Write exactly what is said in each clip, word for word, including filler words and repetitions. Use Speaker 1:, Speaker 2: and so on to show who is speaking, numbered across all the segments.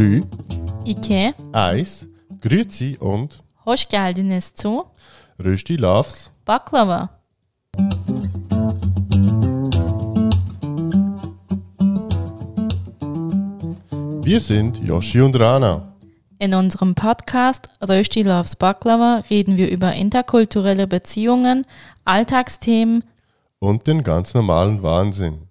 Speaker 1: drei,
Speaker 2: Ike,
Speaker 1: eins, Grüezi und
Speaker 2: hoş geldiniz zu
Speaker 1: Rösti loves
Speaker 2: Baklava.
Speaker 1: Wir sind Yoshi und Rana.
Speaker 2: In unserem Podcast Rösti Loves Baklava reden wir über interkulturelle Beziehungen, Alltagsthemen
Speaker 1: Und den ganz normalen Wahnsinn.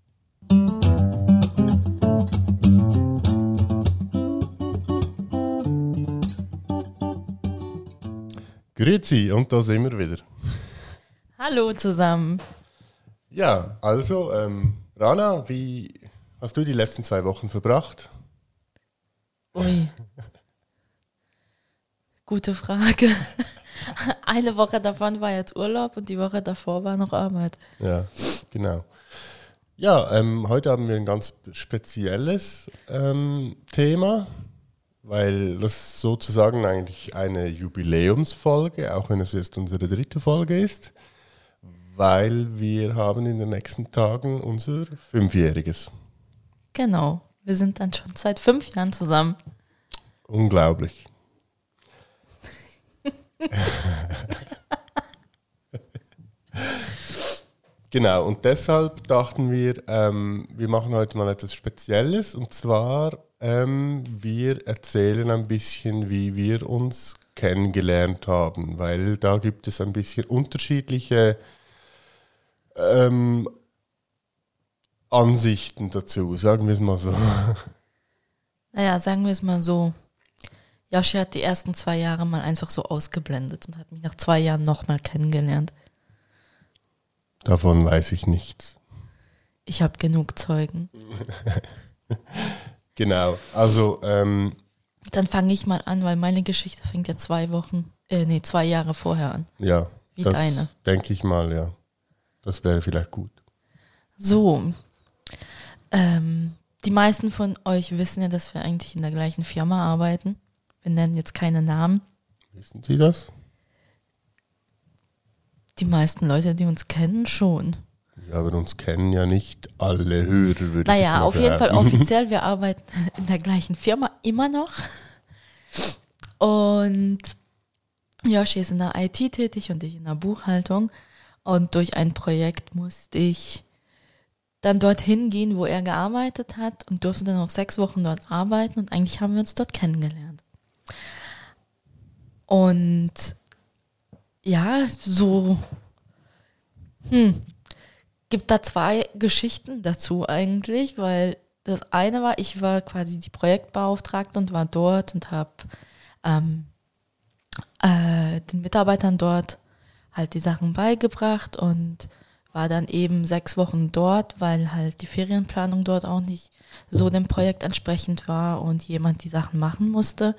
Speaker 1: Grüezi, und da sind wir wieder.
Speaker 2: Hallo zusammen.
Speaker 1: Ja, also, ähm, Rana, wie hast du die letzten zwei Wochen verbracht?
Speaker 2: Ui. Gute Frage. Eine Woche davon war jetzt Urlaub und die Woche davor war noch Arbeit.
Speaker 1: Ja, genau. Ja, ähm, heute haben wir ein ganz spezielles ähm, Thema, weil das sozusagen eigentlich eine Jubiläumsfolge, auch wenn es erst unsere dritte Folge ist, weil wir haben in den nächsten Tagen unser Fünfjähriges.
Speaker 2: Genau. Wir sind dann schon seit fünf Jahren zusammen.
Speaker 1: Unglaublich. Genau, und deshalb dachten wir, ähm, wir machen heute mal etwas Spezielles, und zwar, ähm, wir erzählen ein bisschen, wie wir uns kennengelernt haben, weil da gibt es ein bisschen unterschiedliche ähm, Ansichten dazu, sagen wir es mal so.
Speaker 2: Naja, sagen wir es mal so. Yoshi hat die ersten zwei Jahre mal einfach so ausgeblendet und hat mich nach zwei Jahren nochmal kennengelernt.
Speaker 1: Davon weiß ich nichts.
Speaker 2: Ich habe genug Zeugen.
Speaker 1: Genau, also ähm,
Speaker 2: Dann fange ich mal an, weil meine Geschichte fängt ja zwei Wochen, äh, nee, zwei Jahre vorher an.
Speaker 1: ja,
Speaker 2: Wie
Speaker 1: das
Speaker 2: deine.
Speaker 1: denke ich mal, ja. Das wäre vielleicht gut.
Speaker 2: So, ähm, die meisten von euch wissen ja, dass wir eigentlich in der gleichen Firma arbeiten. Wir nennen jetzt keine Namen.
Speaker 1: Wissen Sie das?
Speaker 2: Die meisten Leute, die uns kennen, schon.
Speaker 1: Ja, aber uns kennen ja nicht alle Hörer, würde ich jetzt
Speaker 2: Naja,
Speaker 1: mal
Speaker 2: auf jeden Fall
Speaker 1: behaupten.
Speaker 2: offiziell, wir arbeiten in der gleichen Firma immer noch. Und Yoshi ist in der I T tätig und ich in der Buchhaltung. Und durch ein Projekt musste ich dann dorthin gehen, wo er gearbeitet hat, und durfte dann auch sechs Wochen dort arbeiten, und eigentlich haben wir uns dort kennengelernt. Und ja, so hm, gibt da zwei Geschichten dazu eigentlich, weil das eine war, ich war quasi die Projektbeauftragte und war dort und habe ähm, äh, den Mitarbeitern dort halt die Sachen beigebracht und war dann eben sechs Wochen dort, weil halt die Ferienplanung dort auch nicht so dem Projekt entsprechend war und jemand die Sachen machen musste.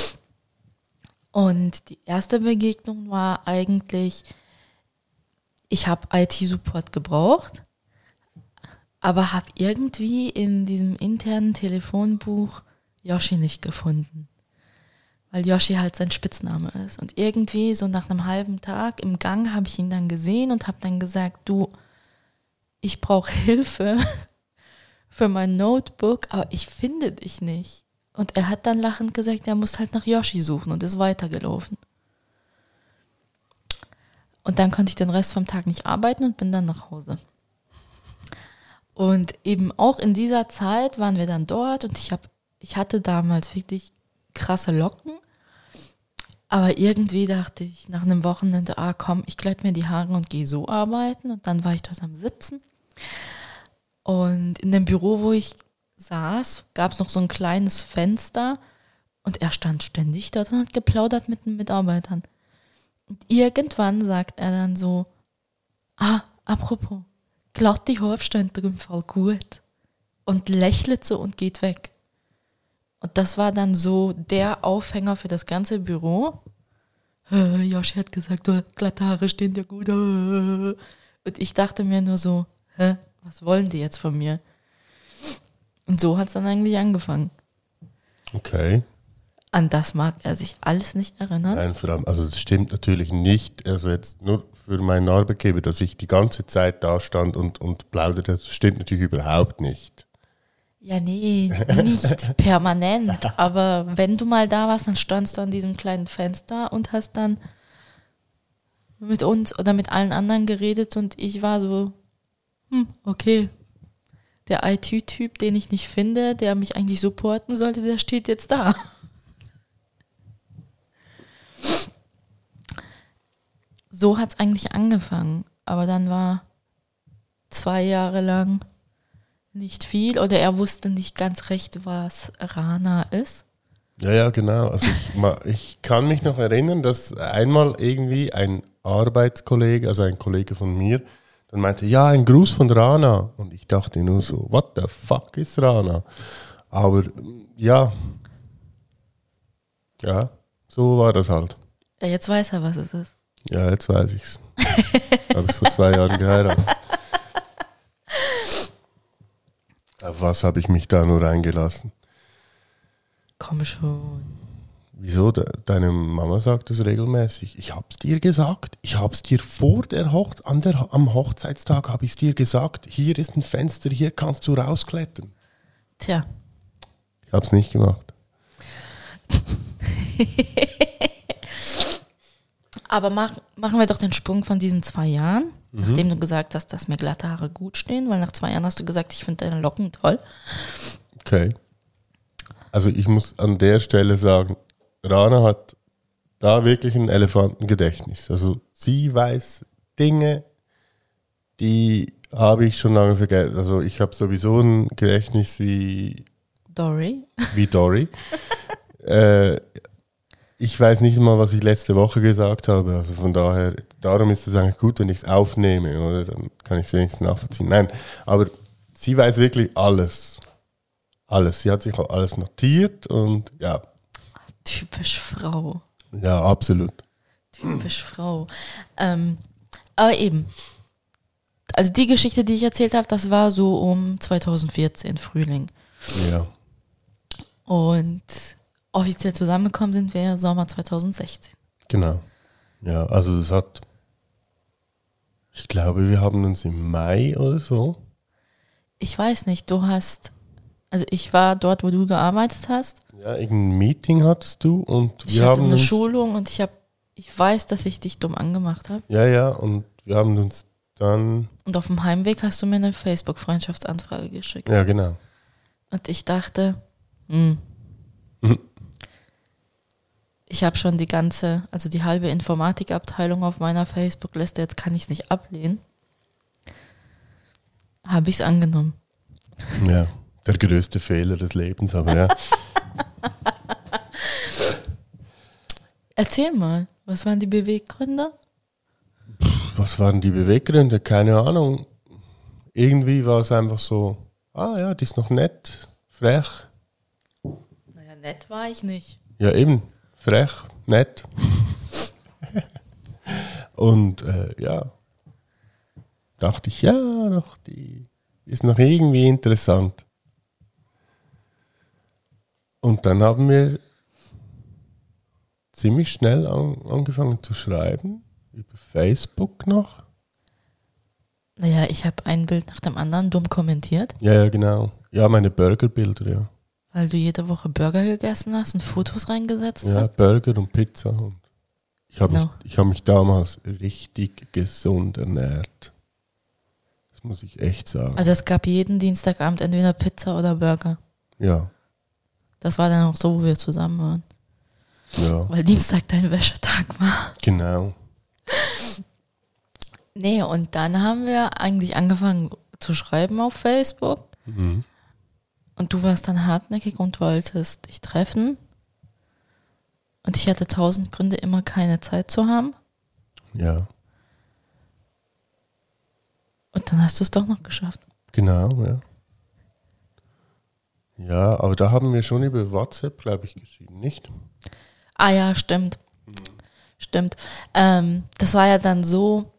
Speaker 2: Und die erste Begegnung war eigentlich, ich habe I T-Support gebraucht, aber habe irgendwie in diesem internen Telefonbuch Yoshi nicht gefunden, weil Yoshi halt sein Spitzname ist. Und irgendwie so nach einem halben Tag im Gang habe ich ihn dann gesehen und habe dann gesagt, du, ich brauche Hilfe für mein Notebook, aber ich finde dich nicht. Und er hat dann lachend gesagt, er muss halt nach Yoshi suchen, und ist weitergelaufen. Und dann konnte ich den Rest vom Tag nicht arbeiten und bin dann nach Hause. Und eben auch in dieser Zeit waren wir dann dort, und ich, hab, ich hatte damals wirklich krasse Locken. Aber irgendwie dachte ich nach einem Wochenende, ah komm, ich glätte mir die Haare und gehe so arbeiten. Und dann war ich dort am Sitzen. Und in dem Büro, wo ich saß, gab es noch so ein kleines Fenster, und er stand ständig dort und hat geplaudert mit den Mitarbeitern. Und irgendwann sagt er dann so, ah, apropos, glatte Haare stehen dir im Fall gut. Und lächelt so und geht weg. Und das war dann so der Aufhänger für das ganze Büro. Äh, Yoshi hat gesagt, oh, glatte Haare stehen dir gut. Äh. Und ich dachte mir nur so, hä, was wollen die jetzt von mir? Und so hat es dann eigentlich angefangen.
Speaker 1: Okay.
Speaker 2: An das mag er sich alles nicht erinnern.
Speaker 1: Nein, vor allem, also das stimmt natürlich nicht. Also jetzt nur für meinen Arbeitgeber, dass ich die ganze Zeit da stand und, und plauderte, das stimmt natürlich überhaupt nicht.
Speaker 2: Ja, nee, nicht permanent. Aber wenn du mal da warst, dann standst du an diesem kleinen Fenster und hast dann mit uns oder mit allen anderen geredet und ich war so, hm, okay. Der I T-Typ, den ich nicht finde, der mich eigentlich supporten sollte, der steht jetzt da. So hat es eigentlich angefangen. Aber dann war zwei Jahre lang nicht viel oder er wusste nicht ganz recht, was Rana ist.
Speaker 1: Ja, ja, genau. Also ich, ma- ich kann mich noch erinnern, dass einmal irgendwie ein Arbeitskollege, also ein Kollege von mir, dann meinte, ja, ein Gruß von Rana. Und ich dachte nur so, what the fuck ist Rana? Aber ja, ja, so war das halt.
Speaker 2: Ja, jetzt weiß er, was es ist.
Speaker 1: Ja, jetzt weiß ich's. Habe ich vor zwei Jahren geheiratet. Auf was habe ich mich da nur eingelassen?
Speaker 2: Komm schon.
Speaker 1: Wieso? De deine Mama sagt es regelmäßig. Ich hab's dir gesagt. Ich hab's dir vor der Hoch an der, am Hochzeitstag habe ich es dir gesagt. Hier ist ein Fenster, hier kannst du rausklettern.
Speaker 2: Tja.
Speaker 1: Ich hab's nicht gemacht.
Speaker 2: Aber mach, machen wir doch den Sprung von diesen zwei Jahren, mhm. nachdem du gesagt hast, dass mir glatte Haare gut stehen, weil nach zwei Jahren hast du gesagt, ich finde deine Locken toll.
Speaker 1: Okay. Also ich muss an der Stelle sagen, Rana hat da wirklich ein Elefantengedächtnis. Also sie weiß Dinge, die habe ich schon lange vergessen. Also ich habe sowieso ein Gedächtnis wie
Speaker 2: Dory.
Speaker 1: Wie Dory. äh, ich weiß nicht mal, was ich letzte Woche gesagt habe. Also von daher, darum ist es eigentlich gut, wenn ich es aufnehme, oder? Dann kann ich es wenigstens nachvollziehen. Nein, aber sie weiß wirklich alles. Alles. Sie hat sich auch alles notiert und ja.
Speaker 2: Typisch Frau.
Speaker 1: Ja, absolut.
Speaker 2: Typisch Frau. Ähm, aber eben, also die Geschichte, die ich erzählt habe, das war so um zweitausendvierzehn, Frühling.
Speaker 1: Ja.
Speaker 2: Und offiziell zusammengekommen sind wir Sommer zweitausendsechzehn.
Speaker 1: Genau. Ja, also das hat, ich glaube, wir haben uns im Mai oder so.
Speaker 2: Ich weiß nicht, du hast, also ich war dort, wo du gearbeitet hast.
Speaker 1: Ja, irgendein Meeting hattest du und wir
Speaker 2: ich hatte
Speaker 1: haben
Speaker 2: eine
Speaker 1: uns,
Speaker 2: Schulung und ich habe, ich weiß, dass ich dich dumm angemacht habe.
Speaker 1: Ja, ja, und wir haben uns dann...
Speaker 2: Und auf dem Heimweg hast du mir eine Facebook-Freundschaftsanfrage geschickt.
Speaker 1: Ja, genau.
Speaker 2: Und ich dachte, hm,
Speaker 1: Mhm.
Speaker 2: ich habe schon die ganze, also die halbe Informatikabteilung auf meiner Facebook-Liste, jetzt kann ich es nicht ablehnen. Habe ich es angenommen.
Speaker 1: Ja, der größte Fehler des Lebens, aber ja.
Speaker 2: Erzähl mal, was waren die Beweggründe?
Speaker 1: Was waren die Beweggründe? Keine Ahnung. Irgendwie war es einfach so, ah ja, die ist noch nett, frech.
Speaker 2: Naja, nett war ich nicht.
Speaker 1: Ja, eben, frech, nett. Und äh, ja, dachte ich, ja, doch, die ist noch irgendwie interessant. Und dann haben wir ziemlich schnell an, angefangen zu schreiben, über Facebook noch.
Speaker 2: Naja, ich habe ein Bild nach dem anderen dumm kommentiert,
Speaker 1: Ja, ja, genau. Ja, meine Burgerbilder, ja.
Speaker 2: weil du jede Woche Burger gegessen hast und Fotos reingesetzt
Speaker 1: Ja,
Speaker 2: hast.
Speaker 1: Burger und Pizza. Und ich habe
Speaker 2: Genau.
Speaker 1: mich, ich hab mich damals richtig gesund ernährt. Das muss ich echt sagen.
Speaker 2: Also es gab jeden Dienstagabend entweder Pizza oder Burger.
Speaker 1: Ja,
Speaker 2: Das war dann auch so, wo wir zusammen waren.
Speaker 1: ja,
Speaker 2: Weil Dienstag dein Wäschetag war.
Speaker 1: genau.
Speaker 2: Nee, und dann haben wir eigentlich angefangen zu schreiben auf Facebook.
Speaker 1: Mhm.
Speaker 2: Und du warst dann hartnäckig und wolltest dich treffen. Und ich hatte tausend Gründe, immer keine Zeit zu haben.
Speaker 1: Ja,
Speaker 2: Und dann hast du es doch noch geschafft.
Speaker 1: genau, ja. Ja, aber da haben wir schon über WhatsApp, glaube ich, geschrieben, nicht?
Speaker 2: Ah ja, stimmt. Stimmt. Ähm, das war ja dann so,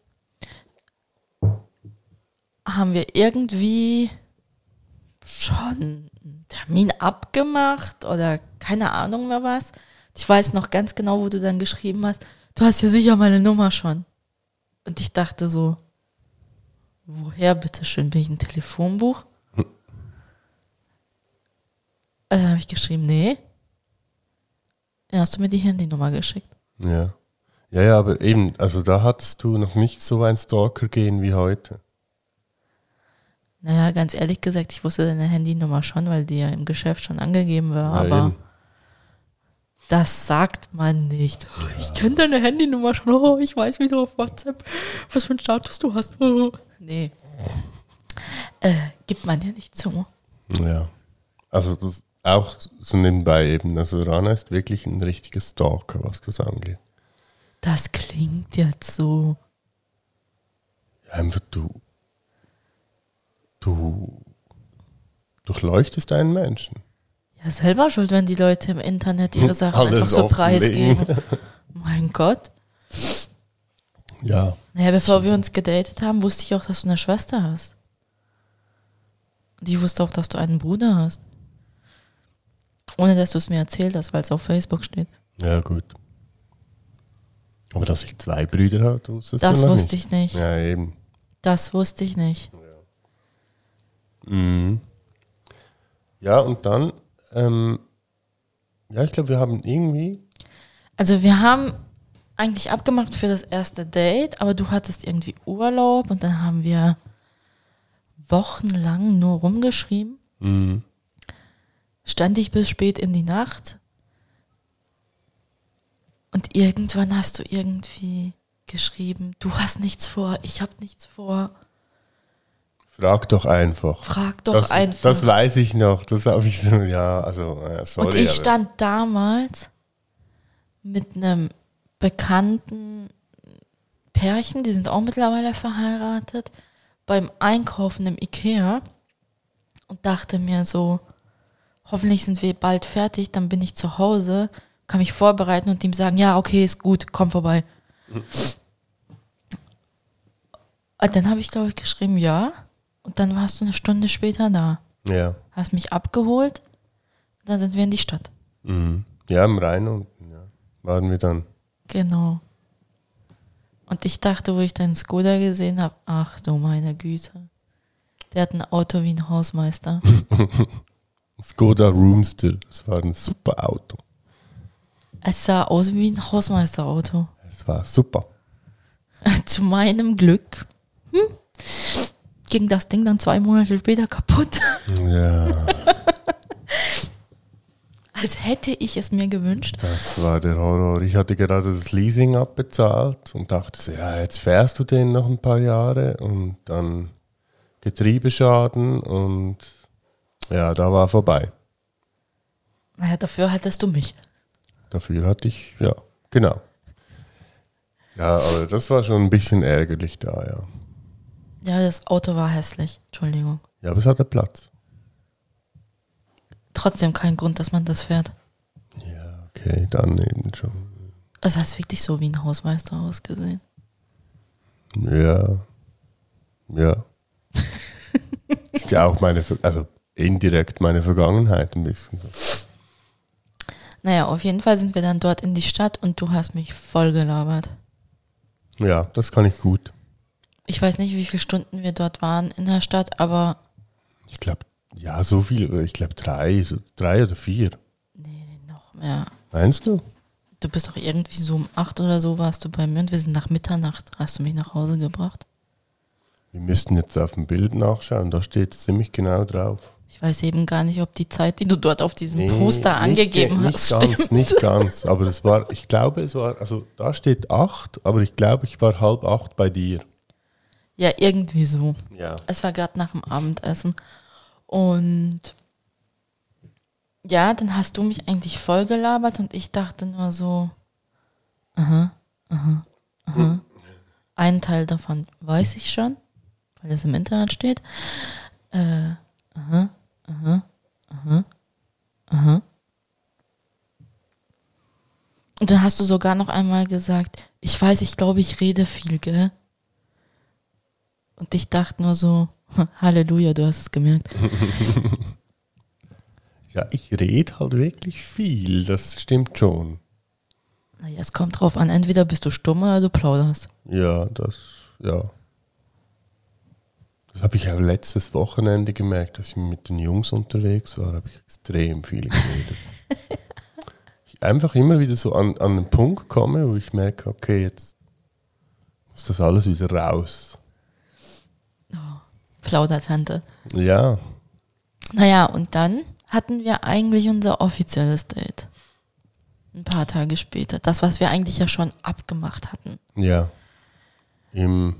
Speaker 2: haben wir irgendwie schon einen Termin abgemacht oder keine Ahnung mehr was. Ich weiß noch ganz genau, wo du dann geschrieben hast, du hast ja sicher meine Nummer schon. Und ich dachte so, woher bitteschön, bin ich ein Telefonbuch? Also habe ich geschrieben, nee. Dann hast du mir die Handynummer geschickt.
Speaker 1: Ja. Ja, ja, aber eben, also da hattest du noch nicht so ein Stalker-Gehen wie heute.
Speaker 2: Naja, ganz ehrlich gesagt, ich wusste deine Handynummer schon, weil die ja im Geschäft schon angegeben war,
Speaker 1: Ja,
Speaker 2: aber
Speaker 1: eben.
Speaker 2: das sagt man nicht. Ich kenne deine Handynummer schon, oh, ich weiß, wie du auf WhatsApp, was für einen Status du hast. Oh. Nee. Äh, gibt man ja nicht zu.
Speaker 1: Ja. Also das auch so nebenbei eben. Also Rana ist wirklich ein richtiger Stalker, was das angeht.
Speaker 2: Das klingt jetzt so.
Speaker 1: Ja, einfach du. Du durchleuchtest einen Menschen.
Speaker 2: Ja, selber schuld, wenn die Leute im Internet ihre Sachen
Speaker 1: Alles
Speaker 2: einfach so
Speaker 1: offenlegen.
Speaker 2: preisgeben. Mein Gott.
Speaker 1: Ja.
Speaker 2: Naja, bevor wir uns gedatet haben, wusste ich auch, dass du eine Schwester hast. Und ich wusste auch, dass du einen Bruder hast. Ohne, dass du es mir erzählt hast, weil es auf Facebook steht.
Speaker 1: Ja, gut. Aber dass ich zwei Brüder habe, du wusstest
Speaker 2: Das
Speaker 1: du noch
Speaker 2: wusste
Speaker 1: nicht.
Speaker 2: ich nicht.
Speaker 1: Ja, eben.
Speaker 2: Das wusste ich nicht.
Speaker 1: Mhm. Ja, und dann, ähm, ja, ich glaube, wir haben irgendwie,
Speaker 2: Also wir haben eigentlich abgemacht für das erste Date, aber du hattest irgendwie Urlaub und dann haben wir wochenlang nur rumgeschrieben.
Speaker 1: mhm.
Speaker 2: Stand ich bis spät in die Nacht und irgendwann hast du irgendwie geschrieben, du hast nichts vor, ich habe nichts vor.
Speaker 1: Frag doch einfach.
Speaker 2: Frag doch
Speaker 1: das,
Speaker 2: einfach.
Speaker 1: Das weiß ich noch, das habe ich so, ja, also, ja, sorry.
Speaker 2: Und ich
Speaker 1: aber-
Speaker 2: stand damals mit einem bekannten Pärchen, die sind auch mittlerweile verheiratet, beim Einkaufen im Ikea und dachte mir so, hoffentlich sind wir bald fertig, dann bin ich zu Hause, kann mich vorbereiten und ihm sagen, ja, okay, ist gut, komm vorbei. Und dann habe ich, glaube ich, geschrieben, ja. Und dann warst du eine Stunde später da.
Speaker 1: Ja.
Speaker 2: Hast mich abgeholt, und dann sind wir in die Stadt.
Speaker 1: Mhm. Ja, im Rhein unten, ja. Waren wir dann.
Speaker 2: Genau. Und ich dachte, wo ich deinen Skoda gesehen habe, ach du meine Güte. Der hat ein Auto wie ein Hausmeister.
Speaker 1: Skoda Roomster, das war ein super Auto.
Speaker 2: Es sah aus wie ein Hausmeisterauto.
Speaker 1: Es war super.
Speaker 2: Zu meinem Glück hm, ging das Ding dann zwei Monate später kaputt.
Speaker 1: Ja,
Speaker 2: Als hätte ich es mir gewünscht.
Speaker 1: das war der Horror. Ich hatte gerade das Leasing abbezahlt und dachte so, ja, jetzt fährst du den noch ein paar Jahre und dann Getriebeschaden und ja, da war vorbei.
Speaker 2: Naja, dafür hattest du mich.
Speaker 1: Dafür hatte ich, ja, genau. Ja, aber das war schon ein bisschen ärgerlich da, ja.
Speaker 2: Ja, das Auto war hässlich. Entschuldigung.
Speaker 1: Ja, aber es hatte Platz.
Speaker 2: Trotzdem kein Grund, dass man das fährt.
Speaker 1: Ja, okay, dann eben schon.
Speaker 2: Es hat wirklich so wie ein Hausmeister ausgesehen.
Speaker 1: Ja, ja. Ist ja auch meine, Ver- also indirekt meine Vergangenheit ein bisschen so.
Speaker 2: Naja, auf jeden Fall sind wir dann dort in die Stadt und du hast mich voll gelabert.
Speaker 1: Ja, das kann ich gut.
Speaker 2: Ich weiß nicht, wie viele Stunden wir dort waren in der Stadt, aber
Speaker 1: Ich glaube, ja, so viel, ich glaube drei, so drei oder vier.
Speaker 2: nee, noch mehr.
Speaker 1: Meinst du?
Speaker 2: Du bist doch irgendwie so um acht oder so warst du bei mir und wir sind nach Mitternacht, hast du mich nach Hause gebracht.
Speaker 1: Wir müssten jetzt auf dem Bild nachschauen, da steht es ziemlich genau drauf.
Speaker 2: Ich weiß eben gar nicht, ob die Zeit, die du dort auf diesem
Speaker 1: Nee,
Speaker 2: Poster
Speaker 1: nicht
Speaker 2: angegeben
Speaker 1: ge-
Speaker 2: hast,
Speaker 1: Nicht ganz,
Speaker 2: stimmt.
Speaker 1: nicht ganz, aber es war, ich glaube, es war, also da steht acht, aber ich glaube, ich war halb acht bei dir.
Speaker 2: Ja, irgendwie so.
Speaker 1: Ja.
Speaker 2: Es war gerade nach dem Abendessen. Und ja, dann hast du mich eigentlich voll gelabert und ich dachte nur so, aha, aha, aha. Einen Teil davon weiß ich schon, weil das im Internet steht. Äh, aha, aha, aha, aha. Und dann hast du sogar noch einmal gesagt, ich weiß, ich glaube, ich rede viel, gell? Und ich dachte nur so, Halleluja, du hast es gemerkt.
Speaker 1: Ja, ich rede halt wirklich viel, das stimmt schon.
Speaker 2: Naja, es kommt drauf an, entweder bist du stumm oder du plauderst.
Speaker 1: Ja, das, ja. Das habe ich auch letztes Wochenende gemerkt, dass ich mit den Jungs unterwegs war, habe ich extrem viel geredet. Ich einfach immer wieder so an, an einen Punkt komme, wo ich merke, okay, jetzt muss das alles wieder raus.
Speaker 2: Oh, Plaudertante.
Speaker 1: Ja.
Speaker 2: Naja, und dann hatten wir eigentlich unser offizielles Date. Ein paar Tage später. Das, was wir eigentlich ja schon abgemacht hatten.
Speaker 1: Ja. Im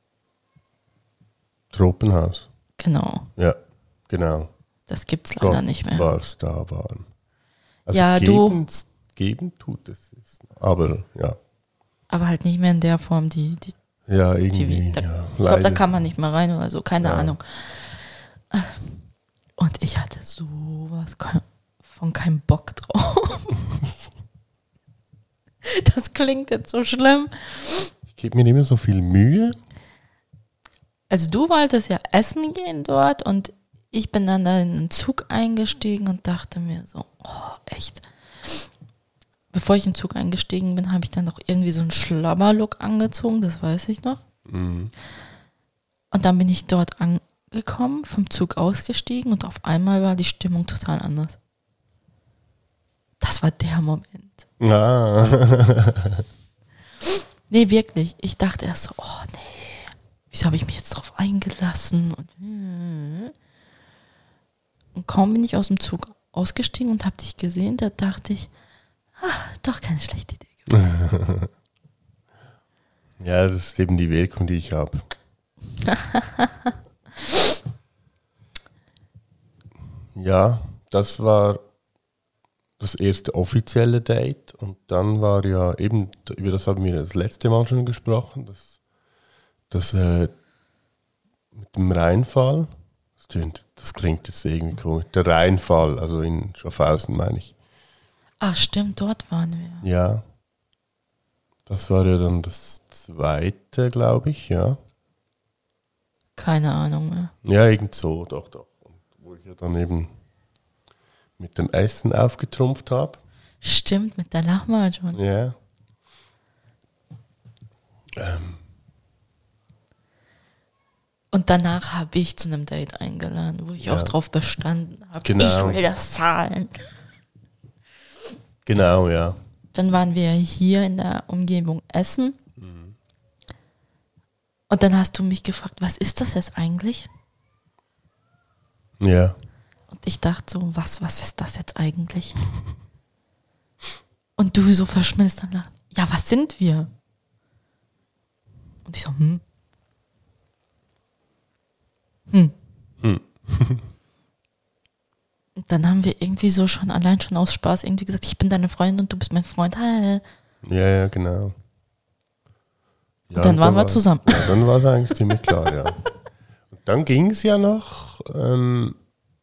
Speaker 1: Tropenhaus.
Speaker 2: Genau.
Speaker 1: Ja, genau.
Speaker 2: Das gibt's leider
Speaker 1: Gott,
Speaker 2: nicht mehr.
Speaker 1: Was da waren. Also
Speaker 2: Ja,
Speaker 1: geben,
Speaker 2: du.
Speaker 1: Geben tut es. Aber ja.
Speaker 2: Aber halt nicht mehr in der Form, die, die,
Speaker 1: Ja,
Speaker 2: die
Speaker 1: irgendwie.
Speaker 2: da,
Speaker 1: Ja,
Speaker 2: ich glaube, da
Speaker 1: leider.
Speaker 2: kann man nicht mehr rein oder so, keine
Speaker 1: Ja.
Speaker 2: Ahnung. Und ich hatte sowas von keinem Bock drauf. Das klingt jetzt so schlimm.
Speaker 1: Ich gebe mir immer so viel Mühe.
Speaker 2: Also du wolltest ja essen gehen dort und ich bin dann da in den Zug eingestiegen und dachte mir so, oh, echt. Bevor ich in den Zug eingestiegen bin, habe ich dann noch irgendwie so einen Schlabberlook angezogen, das weiß ich noch.
Speaker 1: Mhm.
Speaker 2: Und dann bin ich dort angekommen, vom Zug ausgestiegen und auf einmal war die Stimmung total anders. Das war der Moment.
Speaker 1: Ah.
Speaker 2: Nee, wirklich. Ich dachte erst so, oh nee, wieso habe ich mich jetzt drauf eingelassen? Und, und kaum bin ich aus dem Zug ausgestiegen und habe dich gesehen, da dachte ich, ah, doch keine schlechte Idee gewesen.
Speaker 1: Ja, das ist eben die Wirkung, die ich habe. Ja, das war das erste offizielle Date und dann war ja eben, über das haben wir das letzte Mal schon gesprochen, das, das äh, mit dem Rheinfall, das, tönt, das klingt jetzt irgendwie komisch, der Rheinfall, also in Schaffhausen meine ich.
Speaker 2: Ach stimmt, dort waren wir.
Speaker 1: Ja, das war ja dann das zweite, glaube ich, ja.
Speaker 2: Keine Ahnung mehr.
Speaker 1: Ja, irgend so, doch, doch. Und wo ich ja dann eben mit dem Essen aufgetrumpft habe.
Speaker 2: Stimmt, mit der Lahmacun.
Speaker 1: Ja. Ähm,
Speaker 2: Und danach habe ich zu einem Date eingeladen, wo ich
Speaker 1: Ja.
Speaker 2: auch drauf bestanden habe.
Speaker 1: Genau.
Speaker 2: Ich will das zahlen.
Speaker 1: genau, ja.
Speaker 2: Dann waren wir hier in der Umgebung essen. Und dann hast du mich gefragt, was ist das jetzt eigentlich?
Speaker 1: Ja.
Speaker 2: Und ich dachte so, was, was ist das jetzt eigentlich? Und du so verschmilzt am Lachen. Ja, was sind wir? Und ich so, hm. Hm.
Speaker 1: Hm.
Speaker 2: Und dann haben wir irgendwie so schon allein schon aus Spaß irgendwie gesagt, ich bin deine Freundin und du bist mein Freund. Hi.
Speaker 1: Ja, ja, genau. Ja,
Speaker 2: Und dann waren wir
Speaker 1: war-
Speaker 2: zusammen.
Speaker 1: Ja, dann war es eigentlich ziemlich klar, ja. Und dann ging es ja noch, ähm,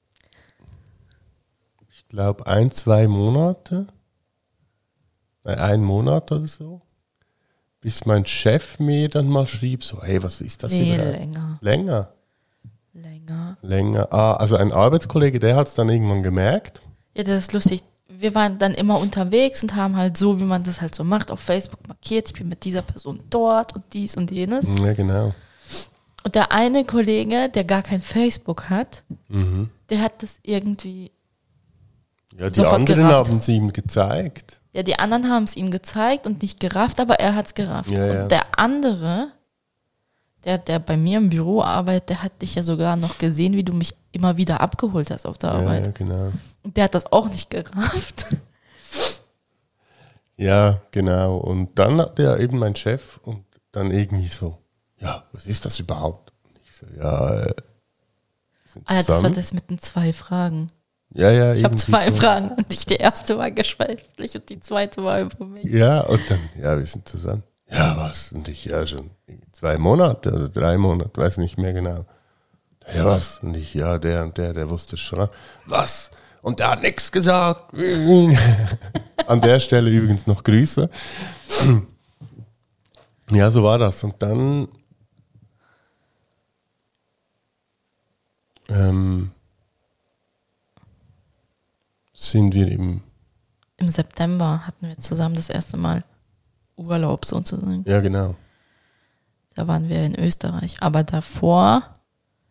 Speaker 1: ich glaube, ein, zwei Monate, äh, ein Monat oder so, bis mein Chef mir dann mal schrieb, so, hey, was ist das
Speaker 2: Nee,
Speaker 1: überhaupt?
Speaker 2: länger.
Speaker 1: Länger,
Speaker 2: Länger.
Speaker 1: länger. Ah, also ein Arbeitskollege, der hat es dann irgendwann gemerkt.
Speaker 2: Ja, das ist lustig. Wir waren dann immer unterwegs und haben halt so, wie man das halt so macht, auf Facebook markiert, ich bin mit dieser Person dort und dies und jenes.
Speaker 1: Ja, genau.
Speaker 2: Und der eine Kollege, der gar kein Facebook hat,
Speaker 1: Mhm.
Speaker 2: der hat das irgendwie,
Speaker 1: Ja, die
Speaker 2: Sofort
Speaker 1: anderen
Speaker 2: gerafft.
Speaker 1: haben es ihm gezeigt.
Speaker 2: ja, die anderen haben es ihm gezeigt und nicht gerafft, aber er hat es gerafft.
Speaker 1: Ja, ja.
Speaker 2: Und der andere, der, der bei mir im Büro arbeitet, der hat dich ja sogar noch gesehen, wie du mich immer wieder abgeholt hast auf der
Speaker 1: Ja,
Speaker 2: Arbeit.
Speaker 1: ja, genau.
Speaker 2: Und der hat das auch nicht gerafft.
Speaker 1: Ja, genau. Und dann hat er eben mein Chef und dann irgendwie so, ja, was ist das überhaupt? Und ich so, ja, äh, wir sind
Speaker 2: Ah ja, das war
Speaker 1: zusammen.
Speaker 2: das mit den zwei Fragen.
Speaker 1: Ja, ja,
Speaker 2: Ich habe
Speaker 1: irgendwie
Speaker 2: zwei
Speaker 1: so.
Speaker 2: Fragen an dich. Die erste war geschäftlich und die zweite war über mich.
Speaker 1: Ja, und dann, ja, wir sind zusammen. Ja, was? Und ich, ja, schon zwei Monate oder drei Monate, weiß nicht mehr genau. Ja, was? Und ich, ja, der und der, der wusste schon. Was? Und der hat nichts gesagt. An der Stelle übrigens noch Grüße. Ja, so war das. Und dann ähm, sind wir im,
Speaker 2: Im September hatten wir zusammen das erste Mal Urlaub sozusagen.
Speaker 1: ja genau,
Speaker 2: Da waren wir in Österreich. Aber davor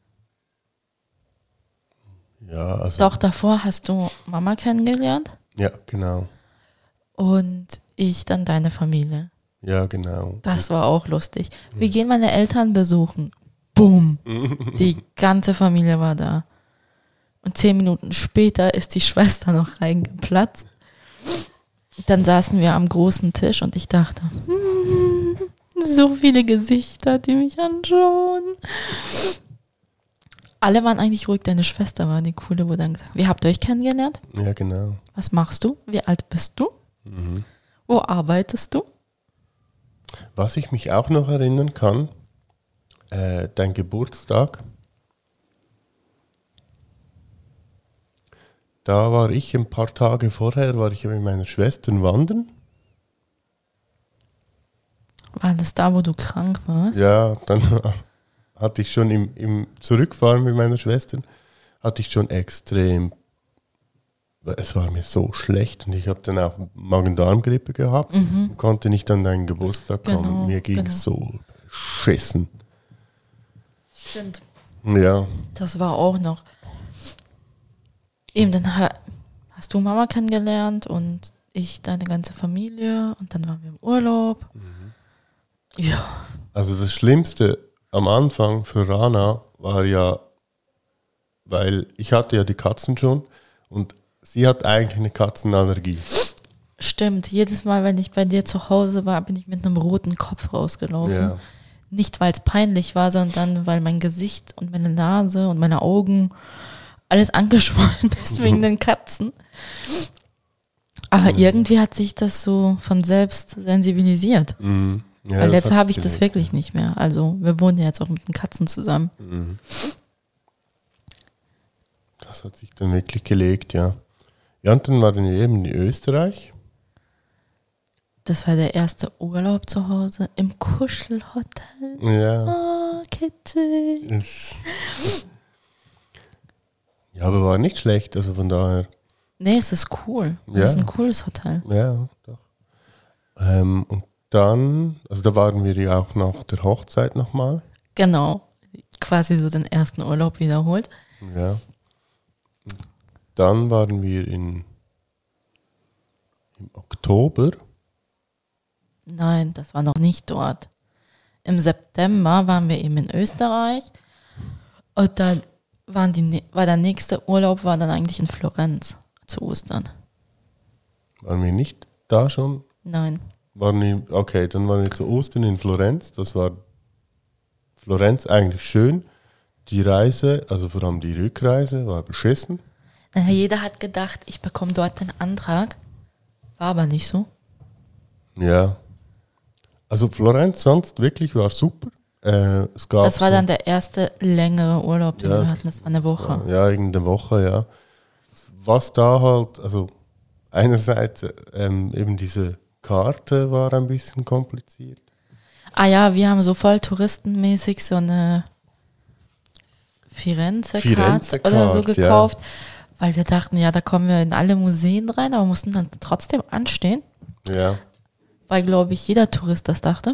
Speaker 1: Ja, also.
Speaker 2: Doch davor hast du Mama kennengelernt
Speaker 1: Ja, genau.
Speaker 2: und ich dann deine Familie.
Speaker 1: Ja, genau.
Speaker 2: Das war auch lustig. Wir gehen meine Eltern besuchen. Boom. Die ganze Familie war da. Und zehn Minuten später ist die Schwester noch reingeplatzt. Dann saßen wir am großen Tisch und ich dachte, hm, so viele Gesichter, die mich anschauen. Alle waren eigentlich ruhig, deine Schwester war die coole, wo dann gesagt, wie habt ihr euch kennengelernt?
Speaker 1: Ja, genau.
Speaker 2: Was machst du? Wie alt bist du?
Speaker 1: Mhm.
Speaker 2: Wo arbeitest du?
Speaker 1: Was ich mich auch noch erinnern kann, äh, dein Geburtstag, da war ich ein paar Tage vorher, war ich mit meiner Schwester wandern.
Speaker 2: War das da, wo du krank warst?
Speaker 1: Ja, dann hatte ich schon im, im Zurückfahren mit meiner Schwester, hatte ich schon extrem, es war mir so schlecht und ich habe dann auch Magen-Darm-Grippe gehabt
Speaker 2: Mhm.
Speaker 1: und konnte nicht an deinen Geburtstag kommen.
Speaker 2: Genau,
Speaker 1: Mir ging es so beschissen.
Speaker 2: Stimmt.
Speaker 1: Ja,
Speaker 2: Das war auch noch. Eben, dann ha- hast du Mama kennengelernt und ich deine ganze Familie und dann waren wir im Urlaub. Ja.
Speaker 1: also das Schlimmste am Anfang für Rana war ja, weil ich hatte ja die Katzen schon und sie hat eigentlich eine Katzenallergie.
Speaker 2: Stimmt, jedes Mal, wenn ich bei dir zu Hause war, bin ich mit einem roten Kopf rausgelaufen.
Speaker 1: Ja.
Speaker 2: Nicht, weil es peinlich war, sondern weil mein Gesicht und meine Nase und meine Augen alles angeschwollen ist wegen den Katzen. Aber
Speaker 1: Mhm.
Speaker 2: irgendwie hat sich das so von selbst sensibilisiert.
Speaker 1: Mhm. Ja,
Speaker 2: weil
Speaker 1: das
Speaker 2: jetzt
Speaker 1: hat
Speaker 2: habe ich
Speaker 1: sich
Speaker 2: das
Speaker 1: gelegt.
Speaker 2: wirklich nicht mehr. Also wir wohnen ja jetzt auch mit den Katzen zusammen.
Speaker 1: Mhm. Das hat sich dann wirklich gelegt, ja. Ja, und dann waren wir eben in Österreich.
Speaker 2: Das war der erste Urlaub zu Hause im Kuschelhotel.
Speaker 1: Ja.
Speaker 2: Oh, kitschig.
Speaker 1: Es- Ja, aber war nicht schlecht, also von daher.
Speaker 2: Nee, es ist cool. Es
Speaker 1: Ja.
Speaker 2: ist ein cooles Hotel.
Speaker 1: Ja, doch. Ähm, und dann, also da waren wir ja auch nach der Hochzeit nochmal.
Speaker 2: Genau. Quasi so den ersten Urlaub wiederholt.
Speaker 1: Ja. Dann waren wir in, im Oktober.
Speaker 2: Nein, das war noch nicht dort. Im September waren wir eben in Österreich und dann waren die, ne- war der nächste Urlaub war dann eigentlich in Florenz zu Ostern.
Speaker 1: Waren wir nicht da schon?
Speaker 2: Nein.
Speaker 1: Waren wir, okay, dann waren wir zu Ostern in Florenz. Das war Florenz eigentlich schön. Die Reise, also vor allem die Rückreise, war beschissen.
Speaker 2: Naja, jeder hat gedacht, ich bekomme dort den Antrag. War aber nicht so.
Speaker 1: Ja. Also Florenz sonst wirklich war super. Äh, es gab
Speaker 2: Das war
Speaker 1: so-
Speaker 2: dann der erste längere Urlaub, den
Speaker 1: Ja.
Speaker 2: wir hatten. Das war eine Woche.
Speaker 1: Ja, irgendeine Woche, ja. Was da halt, also einerseits ähm, eben diese Karte war ein bisschen kompliziert.
Speaker 2: Ah ja, wir haben so voll touristenmäßig so eine Firenze-Karte
Speaker 1: Firenze-Card,
Speaker 2: oder so
Speaker 1: ja.
Speaker 2: gekauft, weil wir dachten, ja, da kommen wir in alle Museen rein, aber mussten dann trotzdem anstehen,
Speaker 1: Ja.
Speaker 2: weil, glaube ich, jeder Tourist das dachte.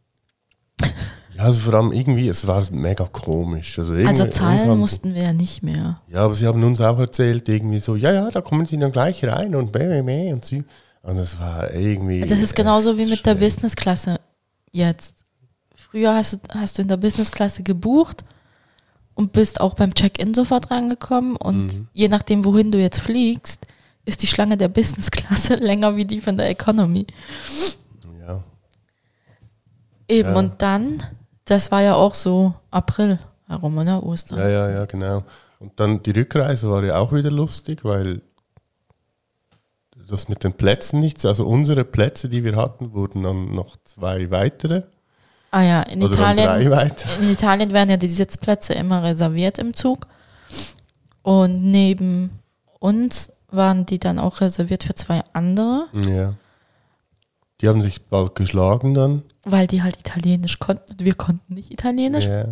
Speaker 1: Ja, also vor allem irgendwie, es war mega komisch. Also, irgendwie-
Speaker 2: Also
Speaker 1: uns
Speaker 2: zahlen
Speaker 1: haben-
Speaker 2: mussten wir ja nicht mehr.
Speaker 1: Ja, aber sie haben uns auch erzählt, irgendwie so, ja, ja, da kommen sie dann gleich rein und bäh, bäh, bäh und sie. Und das war irgendwie.
Speaker 2: Das ist genauso wie mit der
Speaker 1: schräg.
Speaker 2: Businessklasse jetzt. Früher hast du, hast du in der Businessklasse gebucht und bist auch beim Check-in sofort rangekommen und
Speaker 1: Mhm.
Speaker 2: je nachdem, wohin du jetzt fliegst, ist die Schlange der Businessklasse länger wie die von der Economy.
Speaker 1: Ja.
Speaker 2: Eben,
Speaker 1: Ja.
Speaker 2: und dann, das war ja auch so April herum, oder? Ostern.
Speaker 1: ja, ja, ja, genau. Und dann die Rückreise war ja auch wieder lustig, weil das mit den Plätzen nichts, also unsere Plätze, die wir hatten, wurden dann noch zwei weitere.
Speaker 2: Ah ja, in
Speaker 1: Oder dann drei
Speaker 2: Italien,
Speaker 1: weitere.
Speaker 2: in Italien werden ja die Sitzplätze immer reserviert im Zug. Und neben uns waren die dann auch reserviert für zwei andere,
Speaker 1: Ja. Die haben sich bald geschlagen dann.
Speaker 2: weil die halt Italienisch konnten. Und wir konnten nicht Italienisch.
Speaker 1: Ja.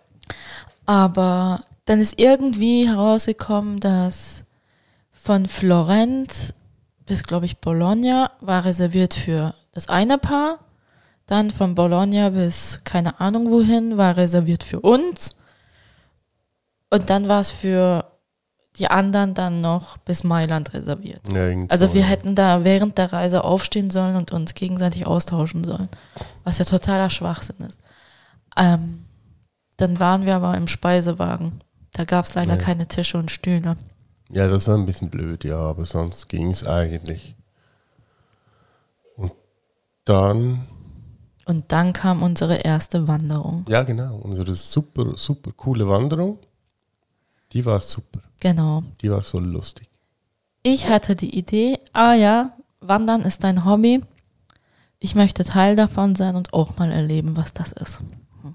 Speaker 2: Aber dann ist irgendwie herausgekommen, dass von Florenz bis, glaube ich, Bologna war reserviert für das eine Paar. Dann von Bologna bis keine Ahnung wohin war reserviert für uns. Und dann war es für die anderen dann noch bis Mailand reserviert.
Speaker 1: Ja, irgend
Speaker 2: Also
Speaker 1: so,
Speaker 2: wir
Speaker 1: ja.
Speaker 2: hätten da während der Reise aufstehen sollen und uns gegenseitig austauschen sollen, was ja totaler Schwachsinn ist. Ähm, dann waren wir aber im Speisewagen. Da gab es leider
Speaker 1: Ja.
Speaker 2: keine Tische und Stühle.
Speaker 1: Ja, das war ein bisschen blöd, ja, aber sonst ging es eigentlich. Und dann,
Speaker 2: Und dann kam unsere erste Wanderung.
Speaker 1: ja genau, unsere super, super coole Wanderung, die war super,
Speaker 2: Genau.
Speaker 1: die war so lustig.
Speaker 2: Ich hatte die Idee, ah ja, Wandern ist ein Hobby. Ich möchte Teil davon sein und auch mal erleben, was das ist. Hm.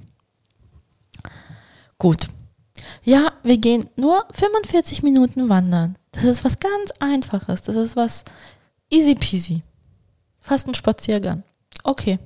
Speaker 2: Gut. Ja, wir gehen nur fünfundvierzig Minuten wandern. Das ist was ganz Einfaches. Das ist was easy peasy. Fast ein Spaziergang. Okay.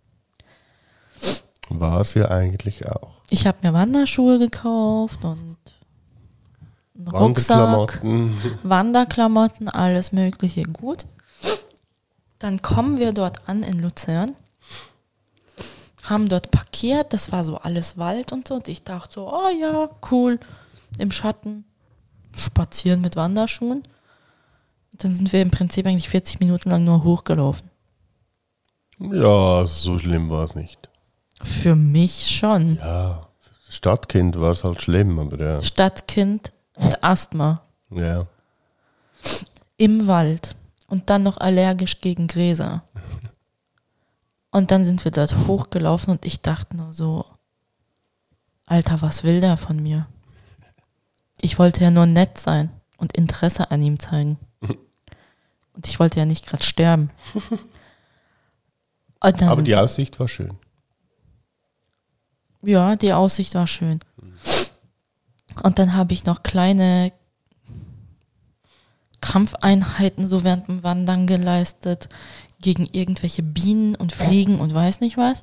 Speaker 1: War es ja eigentlich auch.
Speaker 2: Ich habe mir Wanderschuhe gekauft und einen Rucksack,
Speaker 1: Wanderklamotten.
Speaker 2: Wanderklamotten, alles mögliche. Gut. Dann kommen wir dort an in Luzern, haben dort parkiert, das war so alles Wald und so. Und ich dachte so, oh ja, cool, im Schatten, spazieren mit Wanderschuhen. Und dann sind wir im Prinzip eigentlich vierzig Minuten lang nur hochgelaufen.
Speaker 1: Ja, so schlimm war es nicht.
Speaker 2: Für mich schon.
Speaker 1: Ja, für das Stadtkind war es halt schlimm, aber ja.
Speaker 2: Stadtkind mit Asthma
Speaker 1: Ja,
Speaker 2: im Wald und dann noch allergisch gegen Gräser. Und dann sind wir dort hochgelaufen und ich dachte nur so, Alter, was will der von mir? Ich wollte ja nur nett sein und Interesse an ihm zeigen. Und ich wollte ja nicht gerade sterben. Und dann
Speaker 1: aber
Speaker 2: sind
Speaker 1: die Aussicht war schön.
Speaker 2: Ja, die Aussicht war schön. Und dann habe ich noch kleine Kampfeinheiten so während dem Wandern geleistet gegen irgendwelche Bienen und Fliegen und weiß nicht was.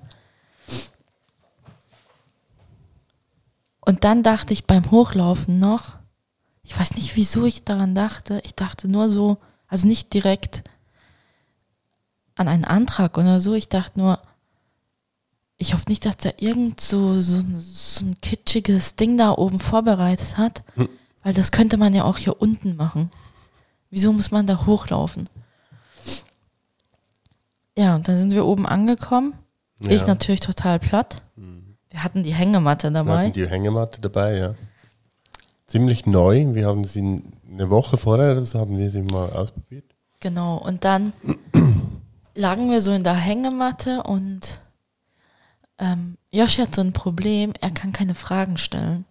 Speaker 2: Und dann dachte ich beim Hochlaufen noch, ich weiß nicht, wieso ich daran dachte, ich dachte nur so, also nicht direkt an einen Antrag oder so, ich dachte nur, ich hoffe nicht, dass der irgend so, so, so ein kitschiges Ding da oben vorbereitet hat,
Speaker 1: Hm.
Speaker 2: weil das könnte man ja auch hier unten machen. Wieso muss man da hochlaufen? Ja, und dann sind wir oben angekommen.
Speaker 1: Ja.
Speaker 2: Ich natürlich total platt. Wir hatten die Hängematte
Speaker 1: Wir
Speaker 2: dabei.
Speaker 1: hatten die Hängematte dabei, ja. Ziemlich neu. Wir haben sie eine Woche vorher, das haben wir sie mal ausprobiert.
Speaker 2: Genau, und dann lagen wir so in der Hängematte und ähm, Josh hat so ein Problem, er kann keine Fragen stellen.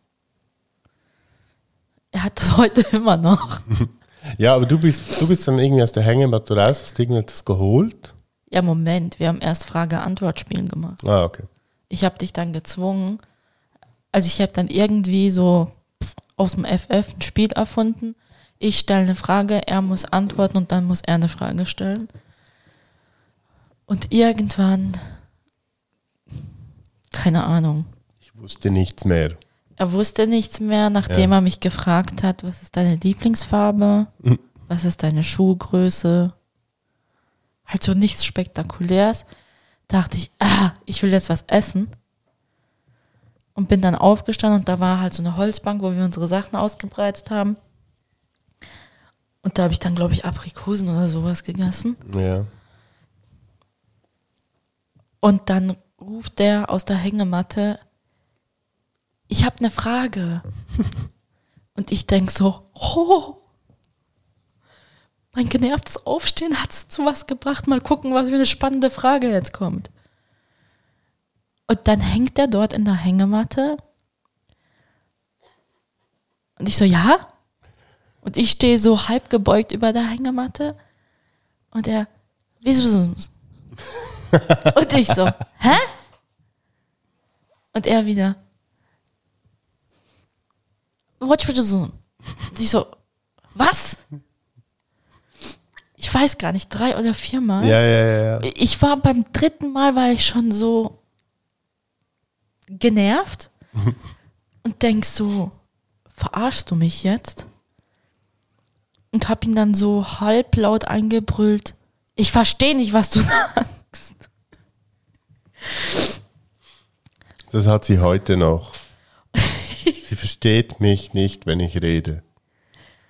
Speaker 2: Er hat das heute immer noch.
Speaker 1: Ja, aber du bist, du bist dann irgendwie aus der Hängematte raus, hast irgendetwas geholt.
Speaker 2: Ja, Moment, wir haben erst Frage-Antwort-Spielen gemacht.
Speaker 1: Ah, okay.
Speaker 2: Ich habe dich dann gezwungen, also ich habe dann irgendwie so aus dem F F ein Spiel erfunden. Ich stelle eine Frage, er muss antworten und dann muss er eine Frage stellen. Und irgendwann, keine Ahnung,
Speaker 1: Ich wusste nichts mehr.
Speaker 2: er wusste nichts mehr, nachdem
Speaker 1: Ja.
Speaker 2: er mich gefragt hat, was ist deine Lieblingsfarbe,
Speaker 1: Mhm.
Speaker 2: was ist deine Schuhgröße. Halt so nichts Spektakuläres. Dachte ich, ah, ich will jetzt was essen. Und bin dann aufgestanden und da war halt so eine Holzbank, wo wir unsere Sachen ausgebreitet haben. Und da habe ich dann, glaube ich, Aprikosen oder sowas gegessen.
Speaker 1: Ja.
Speaker 2: Und dann ruft der aus der Hängematte, ich habe eine Frage. Und ich denke so, oh, mein genervtes Aufstehen hat es zu was gebracht. Mal gucken, was für eine spannende Frage jetzt kommt. Und dann hängt der dort in der Hängematte. Und ich so, ja? Und ich stehe so halb gebeugt über der Hängematte. Und er, wieso? Und ich so, hä? Und er wieder, what you do? Und ich so, was? Ich weiß gar nicht, drei oder viermal.
Speaker 1: Ja, ja, ja, ja.
Speaker 2: Ich war beim dritten Mal, war ich schon so genervt und denk so, verarschst du mich jetzt? Und hab ihn dann so halblaut angebrüllt, ich verstehe nicht, was du sagst.
Speaker 1: Das hat sie heute noch. Sie versteht mich nicht, wenn ich rede.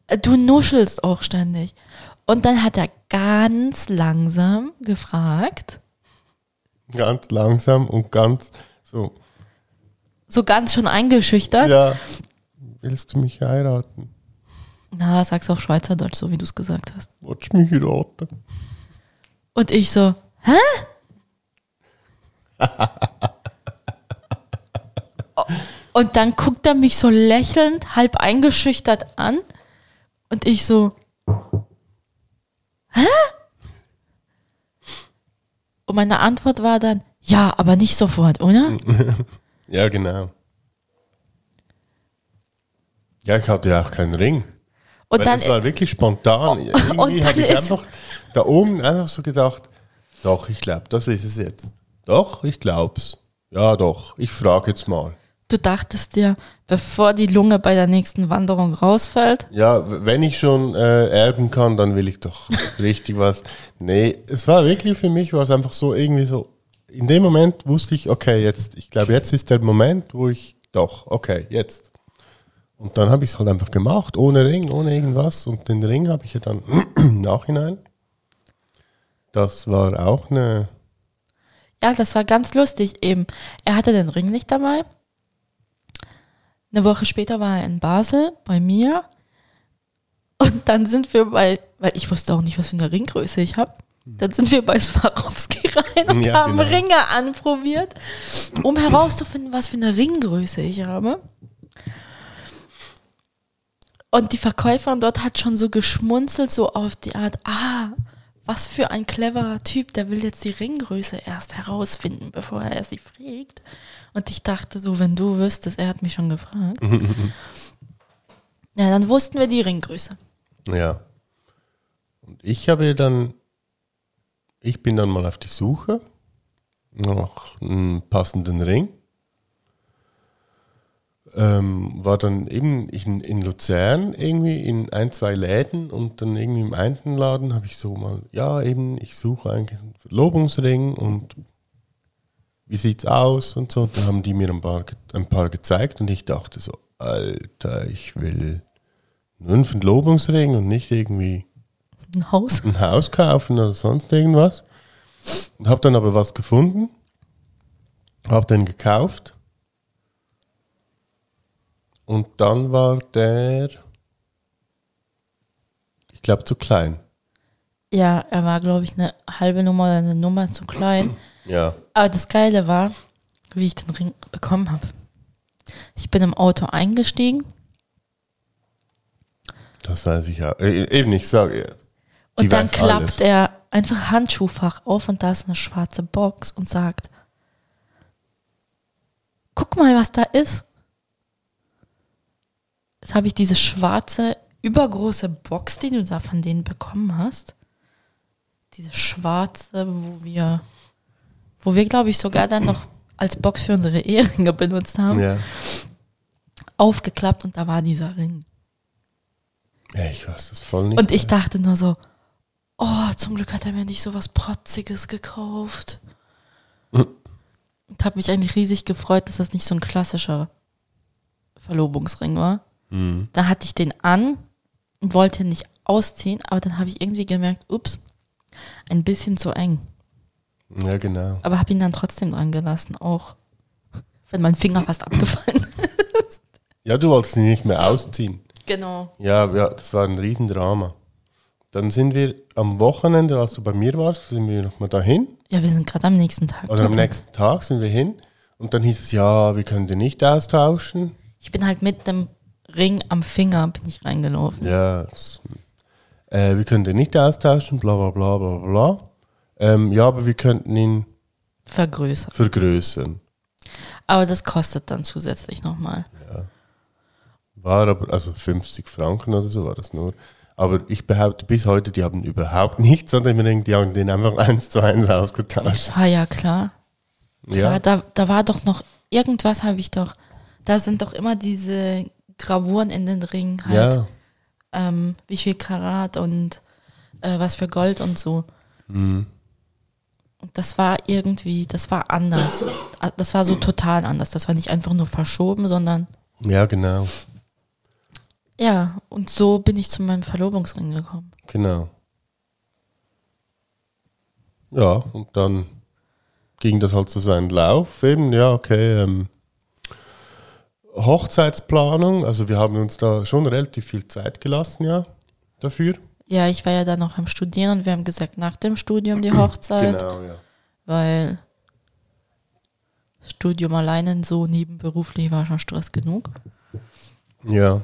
Speaker 2: Du nuschelst auch ständig. Und dann hat er ganz langsam gefragt.
Speaker 1: Ganz langsam und ganz so.
Speaker 2: So ganz schon eingeschüchtert.
Speaker 1: Ja, willst du mich heiraten?
Speaker 2: Na, sag's auf Schweizerdeutsch, so wie du es gesagt hast.
Speaker 1: Wolltest du mich heiraten?
Speaker 2: Und ich so, hä? Und dann guckt er mich so lächelnd, halb eingeschüchtert an. Und ich so, hä? Und meine Antwort war dann, ja, aber nicht sofort, oder?
Speaker 1: Ja, genau. Ja, ich hatte ja auch keinen Ring.
Speaker 2: Und
Speaker 1: Weil
Speaker 2: dann,
Speaker 1: das war wirklich spontan.
Speaker 2: und
Speaker 1: Irgendwie
Speaker 2: dann
Speaker 1: habe ich
Speaker 2: ist-
Speaker 1: einfach da oben einfach so gedacht, doch, ich glaube, das ist es jetzt. Doch, ich glaub's. Ja, doch, ich frage jetzt mal.
Speaker 2: du dachtest dir, bevor die Lunge bei der nächsten Wanderung rausfällt,
Speaker 1: Ja, w- wenn ich schon äh, erben kann, dann will ich doch richtig was. Nee, es war wirklich für mich, war es einfach so irgendwie so, in dem Moment wusste ich, okay, jetzt, ich glaube, jetzt ist der Moment, wo ich, doch, okay, jetzt. Und dann habe ich es halt einfach gemacht, ohne Ring, ohne irgendwas. Und den Ring habe ich ja dann im Nachhinein. Das war auch eine,
Speaker 2: ja, das war ganz lustig eben. Er hatte den Ring nicht dabei. Eine Woche später war er in Basel bei mir. Und dann sind wir bei, weil ich wusste auch nicht, was für eine Ringgröße ich habe. Dann sind wir bei Swarovski rein und
Speaker 1: Ja,
Speaker 2: haben
Speaker 1: genau.
Speaker 2: Ringe anprobiert, um herauszufinden, was für eine Ringgröße ich habe. Und die Verkäuferin dort hat schon so geschmunzelt, so auf die Art, ah, was für ein cleverer Typ, der will jetzt die Ringgröße erst herausfinden, bevor er sie fragt. Und ich dachte so, wenn du wüsstest, er hat mich schon gefragt. Ja, dann wussten wir die Ringgröße.
Speaker 1: ja. Und ich habe dann, ich bin dann mal auf die Suche nach einem passenden Ring. Ähm, war dann eben in, in Luzern irgendwie in ein, zwei Läden und dann irgendwie im einen Laden habe ich so mal, ja eben, ich suche eigentlich einen Verlobungsring und wie sieht's aus und so. Da haben die mir ein paar, ge- ein paar gezeigt und ich dachte so, Alter, ich will nur einen Verlobungsring und nicht irgendwie
Speaker 2: Ein Haus.
Speaker 1: ein Haus kaufen oder sonst irgendwas. Und habe dann aber was gefunden, habe den gekauft. Und dann war der, ich glaube, zu klein.
Speaker 2: Ja, er war, glaube ich, eine halbe Nummer oder eine Nummer zu klein.
Speaker 1: Ja,
Speaker 2: Aber das Geile war, wie ich den Ring bekommen habe. Ich bin im Auto eingestiegen
Speaker 1: das weiß ich ja. Äh, eben, ich sage, ja, die
Speaker 2: und dann
Speaker 1: weiß
Speaker 2: klappt
Speaker 1: alles.
Speaker 2: er einfach Handschuhfach auf und da ist so eine schwarze Box und sagt, guck mal, was da ist. Jetzt habe ich diese schwarze, übergroße Box, die du da von denen bekommen hast. Diese schwarze, wo wir, wo wir, glaube ich, sogar dann noch als Box für unsere Eheringe benutzt haben,
Speaker 1: Ja.
Speaker 2: aufgeklappt und da war dieser Ring.
Speaker 1: ja, ich weiß das voll nicht.
Speaker 2: Und ich dachte nur so, oh, zum Glück hat er mir nicht so was Protziges gekauft. Und habe mich eigentlich riesig gefreut, dass das nicht so ein klassischer Verlobungsring war.
Speaker 1: Mhm.
Speaker 2: Da hatte ich den an und wollte ihn nicht ausziehen, aber dann habe ich irgendwie gemerkt, ups, ein bisschen zu eng.
Speaker 1: Ja, genau.
Speaker 2: Aber habe ihn dann trotzdem dran gelassen, auch wenn mein Finger fast abgefallen ist.
Speaker 1: Ja, du wolltest ihn nicht mehr ausziehen.
Speaker 2: Genau.
Speaker 1: Ja, ja, das war ein Riesendrama. Dann sind wir am Wochenende, als du bei mir warst, sind wir nochmal dahin.
Speaker 2: Ja, wir sind gerade am nächsten Tag.
Speaker 1: Oder am
Speaker 2: dort.
Speaker 1: nächsten Tag sind wir hin. Und dann hieß es, ja, wir können den nicht austauschen.
Speaker 2: Ich bin halt mit dem Ring am Finger bin ich reingelaufen.
Speaker 1: Ja, das, äh, wir können den nicht austauschen, bla bla bla bla bla. Ähm, ja, aber wir könnten ihn
Speaker 2: Vergrößert.
Speaker 1: vergrößern.
Speaker 2: Aber das kostet dann zusätzlich nochmal.
Speaker 1: War aber, also fünfzig Franken oder so war das nur. Aber ich behaupte bis heute, die haben überhaupt nichts an dem Ring, die haben den einfach eins zu eins ausgetauscht.
Speaker 2: Ah ja, klar.
Speaker 1: Ja,
Speaker 2: klar da, da war doch noch, irgendwas habe ich doch, da sind doch immer diese Gravuren in den Ring halt.
Speaker 1: ja.
Speaker 2: Ähm, wie viel Karat und äh, was für Gold und so.
Speaker 1: Mhm.
Speaker 2: Und das war irgendwie, das war anders. Das war so total anders. Das war nicht einfach nur verschoben, sondern
Speaker 1: Ja, genau.
Speaker 2: Ja, und so bin ich zu meinem Verlobungsring gekommen.
Speaker 1: Genau. Ja, und dann ging das halt so seinen Lauf eben, ja, okay, ähm, Hochzeitsplanung, also wir haben uns da schon relativ viel Zeit gelassen, ja, dafür.
Speaker 2: Ja, ich war ja dann noch am Studieren und wir haben gesagt, nach dem Studium die Hochzeit,
Speaker 1: Genau, ja.
Speaker 2: weil das Studium alleine so nebenberuflich war schon Stress genug.
Speaker 1: Ja.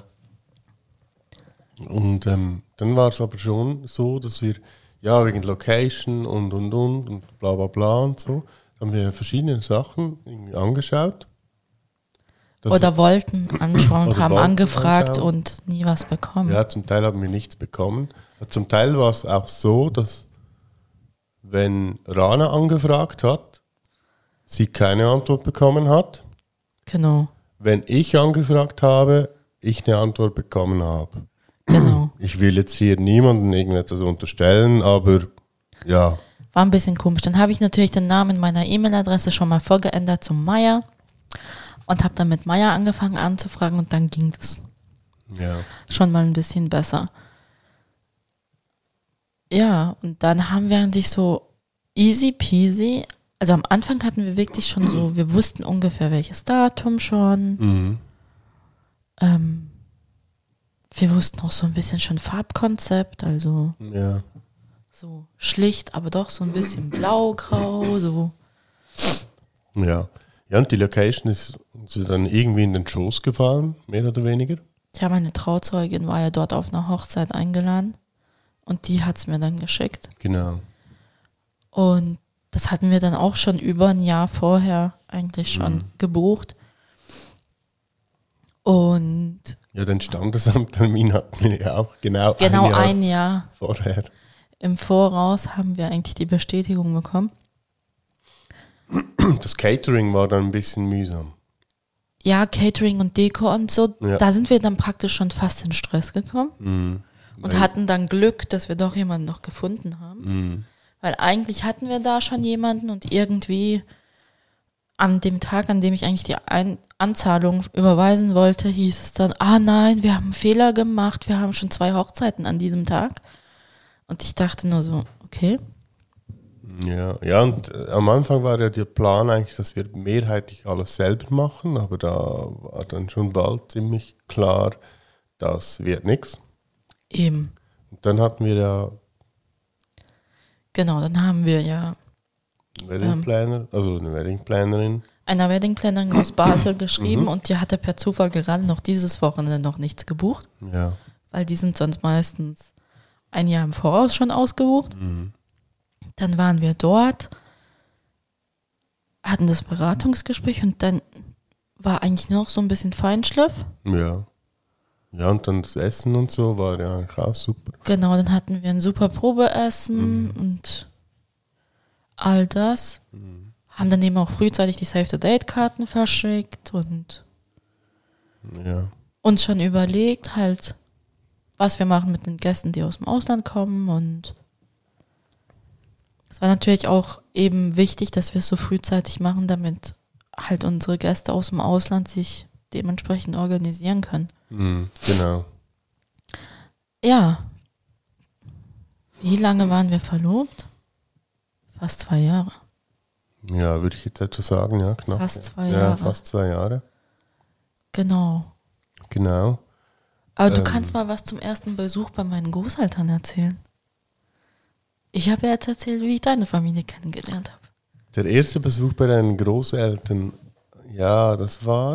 Speaker 1: Und ähm, dann war es aber schon so, dass wir, ja, wegen Location und und und und bla bla bla und so, haben wir verschiedene Sachen irgendwie angeschaut. Das
Speaker 2: Oder wollten anschauen und
Speaker 1: Oder
Speaker 2: haben
Speaker 1: wollten
Speaker 2: angefragt
Speaker 1: anschauen.
Speaker 2: und nie was bekommen.
Speaker 1: Ja, zum Teil haben wir nichts bekommen. Zum Teil war es auch so, dass wenn Rana angefragt hat, sie keine Antwort bekommen hat.
Speaker 2: Genau,
Speaker 1: Wenn ich angefragt habe, ich eine Antwort bekommen habe.
Speaker 2: genau.
Speaker 1: Ich will jetzt hier niemandem irgendetwas unterstellen, aber ja,
Speaker 2: War ein bisschen komisch. Dann habe ich natürlich den Namen meiner E-Mail-Adresse schon mal vorgeändert zum Meier und habe dann mit Meier angefangen anzufragen und dann ging das
Speaker 1: ja,
Speaker 2: schon mal ein bisschen besser. Ja, und dann haben wir eigentlich so easy peasy, also am Anfang hatten wir wirklich schon so, wir wussten ungefähr welches Datum schon.
Speaker 1: mhm.
Speaker 2: Ähm, wir wussten auch so ein bisschen schon Farbkonzept, also
Speaker 1: ja,
Speaker 2: so schlicht, aber doch so ein bisschen blau-grau, so.
Speaker 1: ja. Ja, und die Location ist uns dann irgendwie in den Schoß gefallen, mehr oder weniger.
Speaker 2: Ja, meine Trauzeugin war ja dort auf einer Hochzeit eingeladen und die hat es mir dann geschickt.
Speaker 1: Genau.
Speaker 2: Und das hatten wir dann auch schon über ein Jahr vorher eigentlich schon
Speaker 1: Mhm.
Speaker 2: gebucht. Und
Speaker 1: Ja, den Standesamttermin hatten wir ja auch genau,
Speaker 2: genau
Speaker 1: ein Jahr
Speaker 2: ein Jahr
Speaker 1: vorher.
Speaker 2: im Voraus haben wir eigentlich die Bestätigung bekommen.
Speaker 1: Das Catering war dann ein bisschen mühsam.
Speaker 2: Ja, Catering und Deko und so,
Speaker 1: Ja.
Speaker 2: da sind wir dann praktisch schon fast in Stress gekommen
Speaker 1: Mhm.
Speaker 2: und
Speaker 1: Weil-
Speaker 2: hatten dann Glück, dass wir doch jemanden noch gefunden haben.
Speaker 1: Mhm.
Speaker 2: Weil eigentlich hatten wir da schon jemanden und irgendwie an dem Tag, an dem ich eigentlich die Ein- Anzahlung überweisen wollte, hieß es dann, ah nein, wir haben einen Fehler gemacht, wir haben schon zwei Hochzeiten an diesem Tag. Und ich dachte nur so, okay,
Speaker 1: Ja, ja, und äh, am Anfang war ja der Plan eigentlich, dass wir mehrheitlich alles selber machen, aber da war dann schon bald ziemlich klar, das wird nichts.
Speaker 2: eben.
Speaker 1: Und dann hatten wir ja
Speaker 2: Genau, dann haben wir ja
Speaker 1: einen Wedding Planner, also eine Wedding Plannerin.
Speaker 2: einer Wedding-Plannerin aus Basel geschrieben
Speaker 1: Mhm.
Speaker 2: und die hatte per Zufall gerade noch dieses Wochenende noch nichts gebucht,
Speaker 1: Ja.
Speaker 2: weil die sind sonst meistens ein Jahr im Voraus schon ausgebucht.
Speaker 1: Mhm.
Speaker 2: Dann waren wir dort, hatten das Beratungsgespräch und dann war eigentlich noch so ein bisschen Feinschliff.
Speaker 1: Ja. Ja, und dann das Essen und so war ja eigentlich auch super.
Speaker 2: Genau, dann hatten wir ein super Probeessen und all das. Haben dann eben auch frühzeitig die Save-the-Date-Karten verschickt und
Speaker 1: Ja.
Speaker 2: uns schon überlegt, halt, was wir machen mit den Gästen, die aus dem Ausland kommen. Und es war natürlich auch eben wichtig, dass wir es so frühzeitig machen, damit halt unsere Gäste aus dem Ausland sich dementsprechend organisieren können.
Speaker 1: Mhm. Genau.
Speaker 2: Ja. Wie lange waren wir verlobt? Fast zwei Jahre.
Speaker 1: Ja, würde ich jetzt etwa sagen, ja, knapp.
Speaker 2: Fast zwei
Speaker 1: Ja,
Speaker 2: Jahre.
Speaker 1: fast zwei Jahre.
Speaker 2: Genau.
Speaker 1: Genau.
Speaker 2: Aber du
Speaker 1: Ähm.
Speaker 2: kannst mal was zum ersten Besuch bei meinen Großeltern erzählen. Ich habe ja jetzt erzählt, wie ich deine Familie kennengelernt habe.
Speaker 1: Der erste Besuch bei deinen Großeltern, ja, das war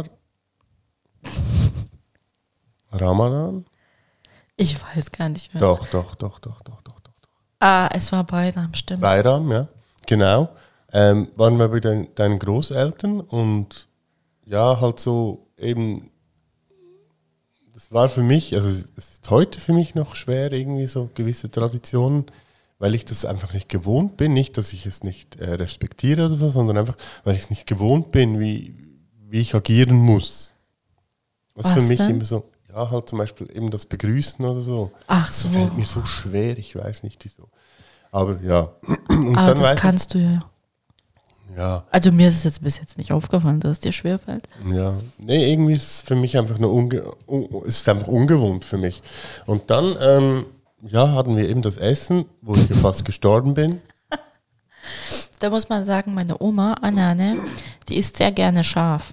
Speaker 1: Ramadan?
Speaker 2: Ich weiß gar nicht mehr.
Speaker 1: Doch, doch, doch, doch, doch, doch, doch.
Speaker 2: Ah, es war Bayram, stimmt.
Speaker 1: Bayram, ja, genau. Ähm, waren wir bei dein, deinen Großeltern und ja, halt so eben, das war für mich, also es ist heute für mich noch schwer, irgendwie so gewisse Traditionen, weil ich das einfach nicht gewohnt bin. Nicht, dass ich es nicht äh, respektiere oder so, sondern einfach, weil ich es nicht gewohnt bin, wie, wie ich agieren muss. Das ist
Speaker 2: Was
Speaker 1: für mich
Speaker 2: denn?
Speaker 1: immer so, ja, halt zum Beispiel eben das Begrüßen oder so.
Speaker 2: Ach
Speaker 1: Das
Speaker 2: so.
Speaker 1: fällt mir so schwer, ich weiß nicht wieso. Aber ja. Und
Speaker 2: Aber
Speaker 1: dann
Speaker 2: das
Speaker 1: weiß
Speaker 2: kannst du ja.
Speaker 1: Ja.
Speaker 2: Also mir ist es jetzt bis jetzt nicht aufgefallen, dass es dir schwerfällt.
Speaker 1: Ja, nee, irgendwie ist es für mich einfach nur unge un es ist einfach ungewohnt für mich. Und dann, ähm, ja, hatten wir eben das Essen, wo ich fast gestorben bin.
Speaker 2: Da muss man sagen, meine Oma, Annane, die isst sehr gerne scharf.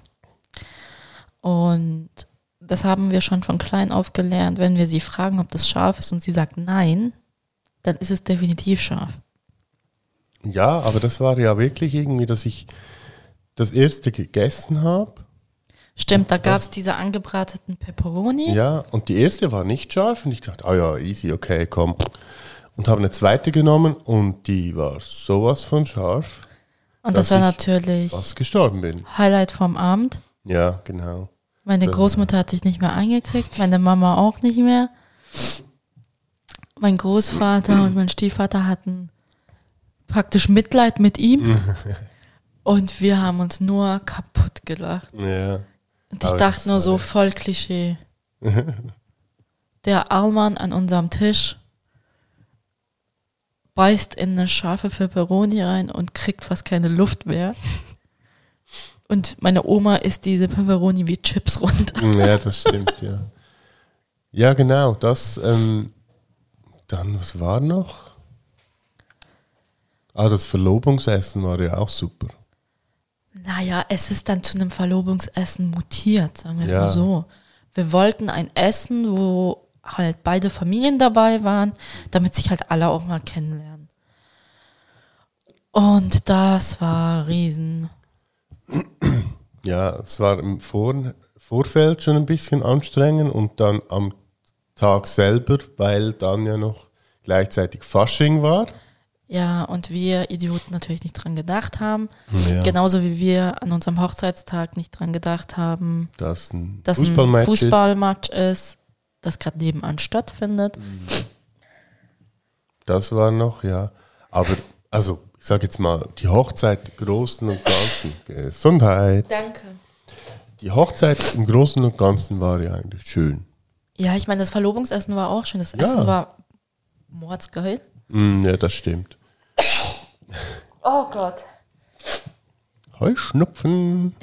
Speaker 2: Und das haben wir schon von klein auf gelernt. Wenn wir sie fragen, ob das scharf ist und sie sagt nein, dann ist es definitiv scharf.
Speaker 1: Ja, aber das war ja wirklich irgendwie, dass ich das erste gegessen habe.
Speaker 2: Stimmt, da gab es diese angebrateten Peperoni.
Speaker 1: Ja, und die erste war nicht scharf und ich dachte, ah ja, easy, okay, komm. Und habe eine zweite genommen und die war sowas von scharf,
Speaker 2: Und das
Speaker 1: dass
Speaker 2: war
Speaker 1: ich
Speaker 2: natürlich
Speaker 1: fast gestorben bin.
Speaker 2: Highlight vom Abend.
Speaker 1: Ja, genau.
Speaker 2: Meine
Speaker 1: Das
Speaker 2: Großmutter hat sich nicht mehr eingekriegt, meine Mama auch nicht mehr. Mein Großvater und mein Stiefvater hatten praktisch Mitleid mit ihm. Und wir haben uns nur kaputt gelacht.
Speaker 1: Ja.
Speaker 2: Und ich
Speaker 1: Aber
Speaker 2: dachte
Speaker 1: das
Speaker 2: nur
Speaker 1: war
Speaker 2: so,
Speaker 1: ja-
Speaker 2: voll Klischee. Der Allmann an unserem Tisch beißt in eine scharfe Peperoni rein und kriegt fast keine Luft mehr. Und meine Oma isst diese Peperoni wie Chips runter.
Speaker 1: Ja, das stimmt, ja. Ja, genau, das, ähm, dann, was war noch? Ah, das Verlobungsessen war ja auch super.
Speaker 2: Naja, es ist dann zu einem Verlobungsessen mutiert, sagen wir es
Speaker 1: Ja.
Speaker 2: mal so. Wir wollten ein Essen, wo halt beide Familien dabei waren, damit sich halt alle auch mal kennenlernen. Und das war riesen.
Speaker 1: Ja, es war im Vor Vorfeld schon ein bisschen anstrengend und dann am Tag selber, weil dann ja noch gleichzeitig Fasching war.
Speaker 2: Ja, und wir Idioten natürlich nicht dran gedacht haben.
Speaker 1: Ja.
Speaker 2: Genauso wie wir an unserem Hochzeitstag nicht dran gedacht haben,
Speaker 1: Dass ein
Speaker 2: dass
Speaker 1: Fußballmatch
Speaker 2: ein Fußballmatch ist, das gerade nebenan stattfindet.
Speaker 1: ist. Das war noch, ja. Aber, also, ich sage jetzt mal, die Hochzeit im Großen und Ganzen, Gesundheit.
Speaker 2: Danke.
Speaker 1: Die Hochzeit im Großen und Ganzen war ja eigentlich schön.
Speaker 2: Ja, ich meine, das Verlobungsessen war auch schön. Das
Speaker 1: Ja.
Speaker 2: Essen war mordsgeil.
Speaker 1: Mm, ja, das stimmt.
Speaker 2: Oh Gott.
Speaker 1: Heuschnupfen.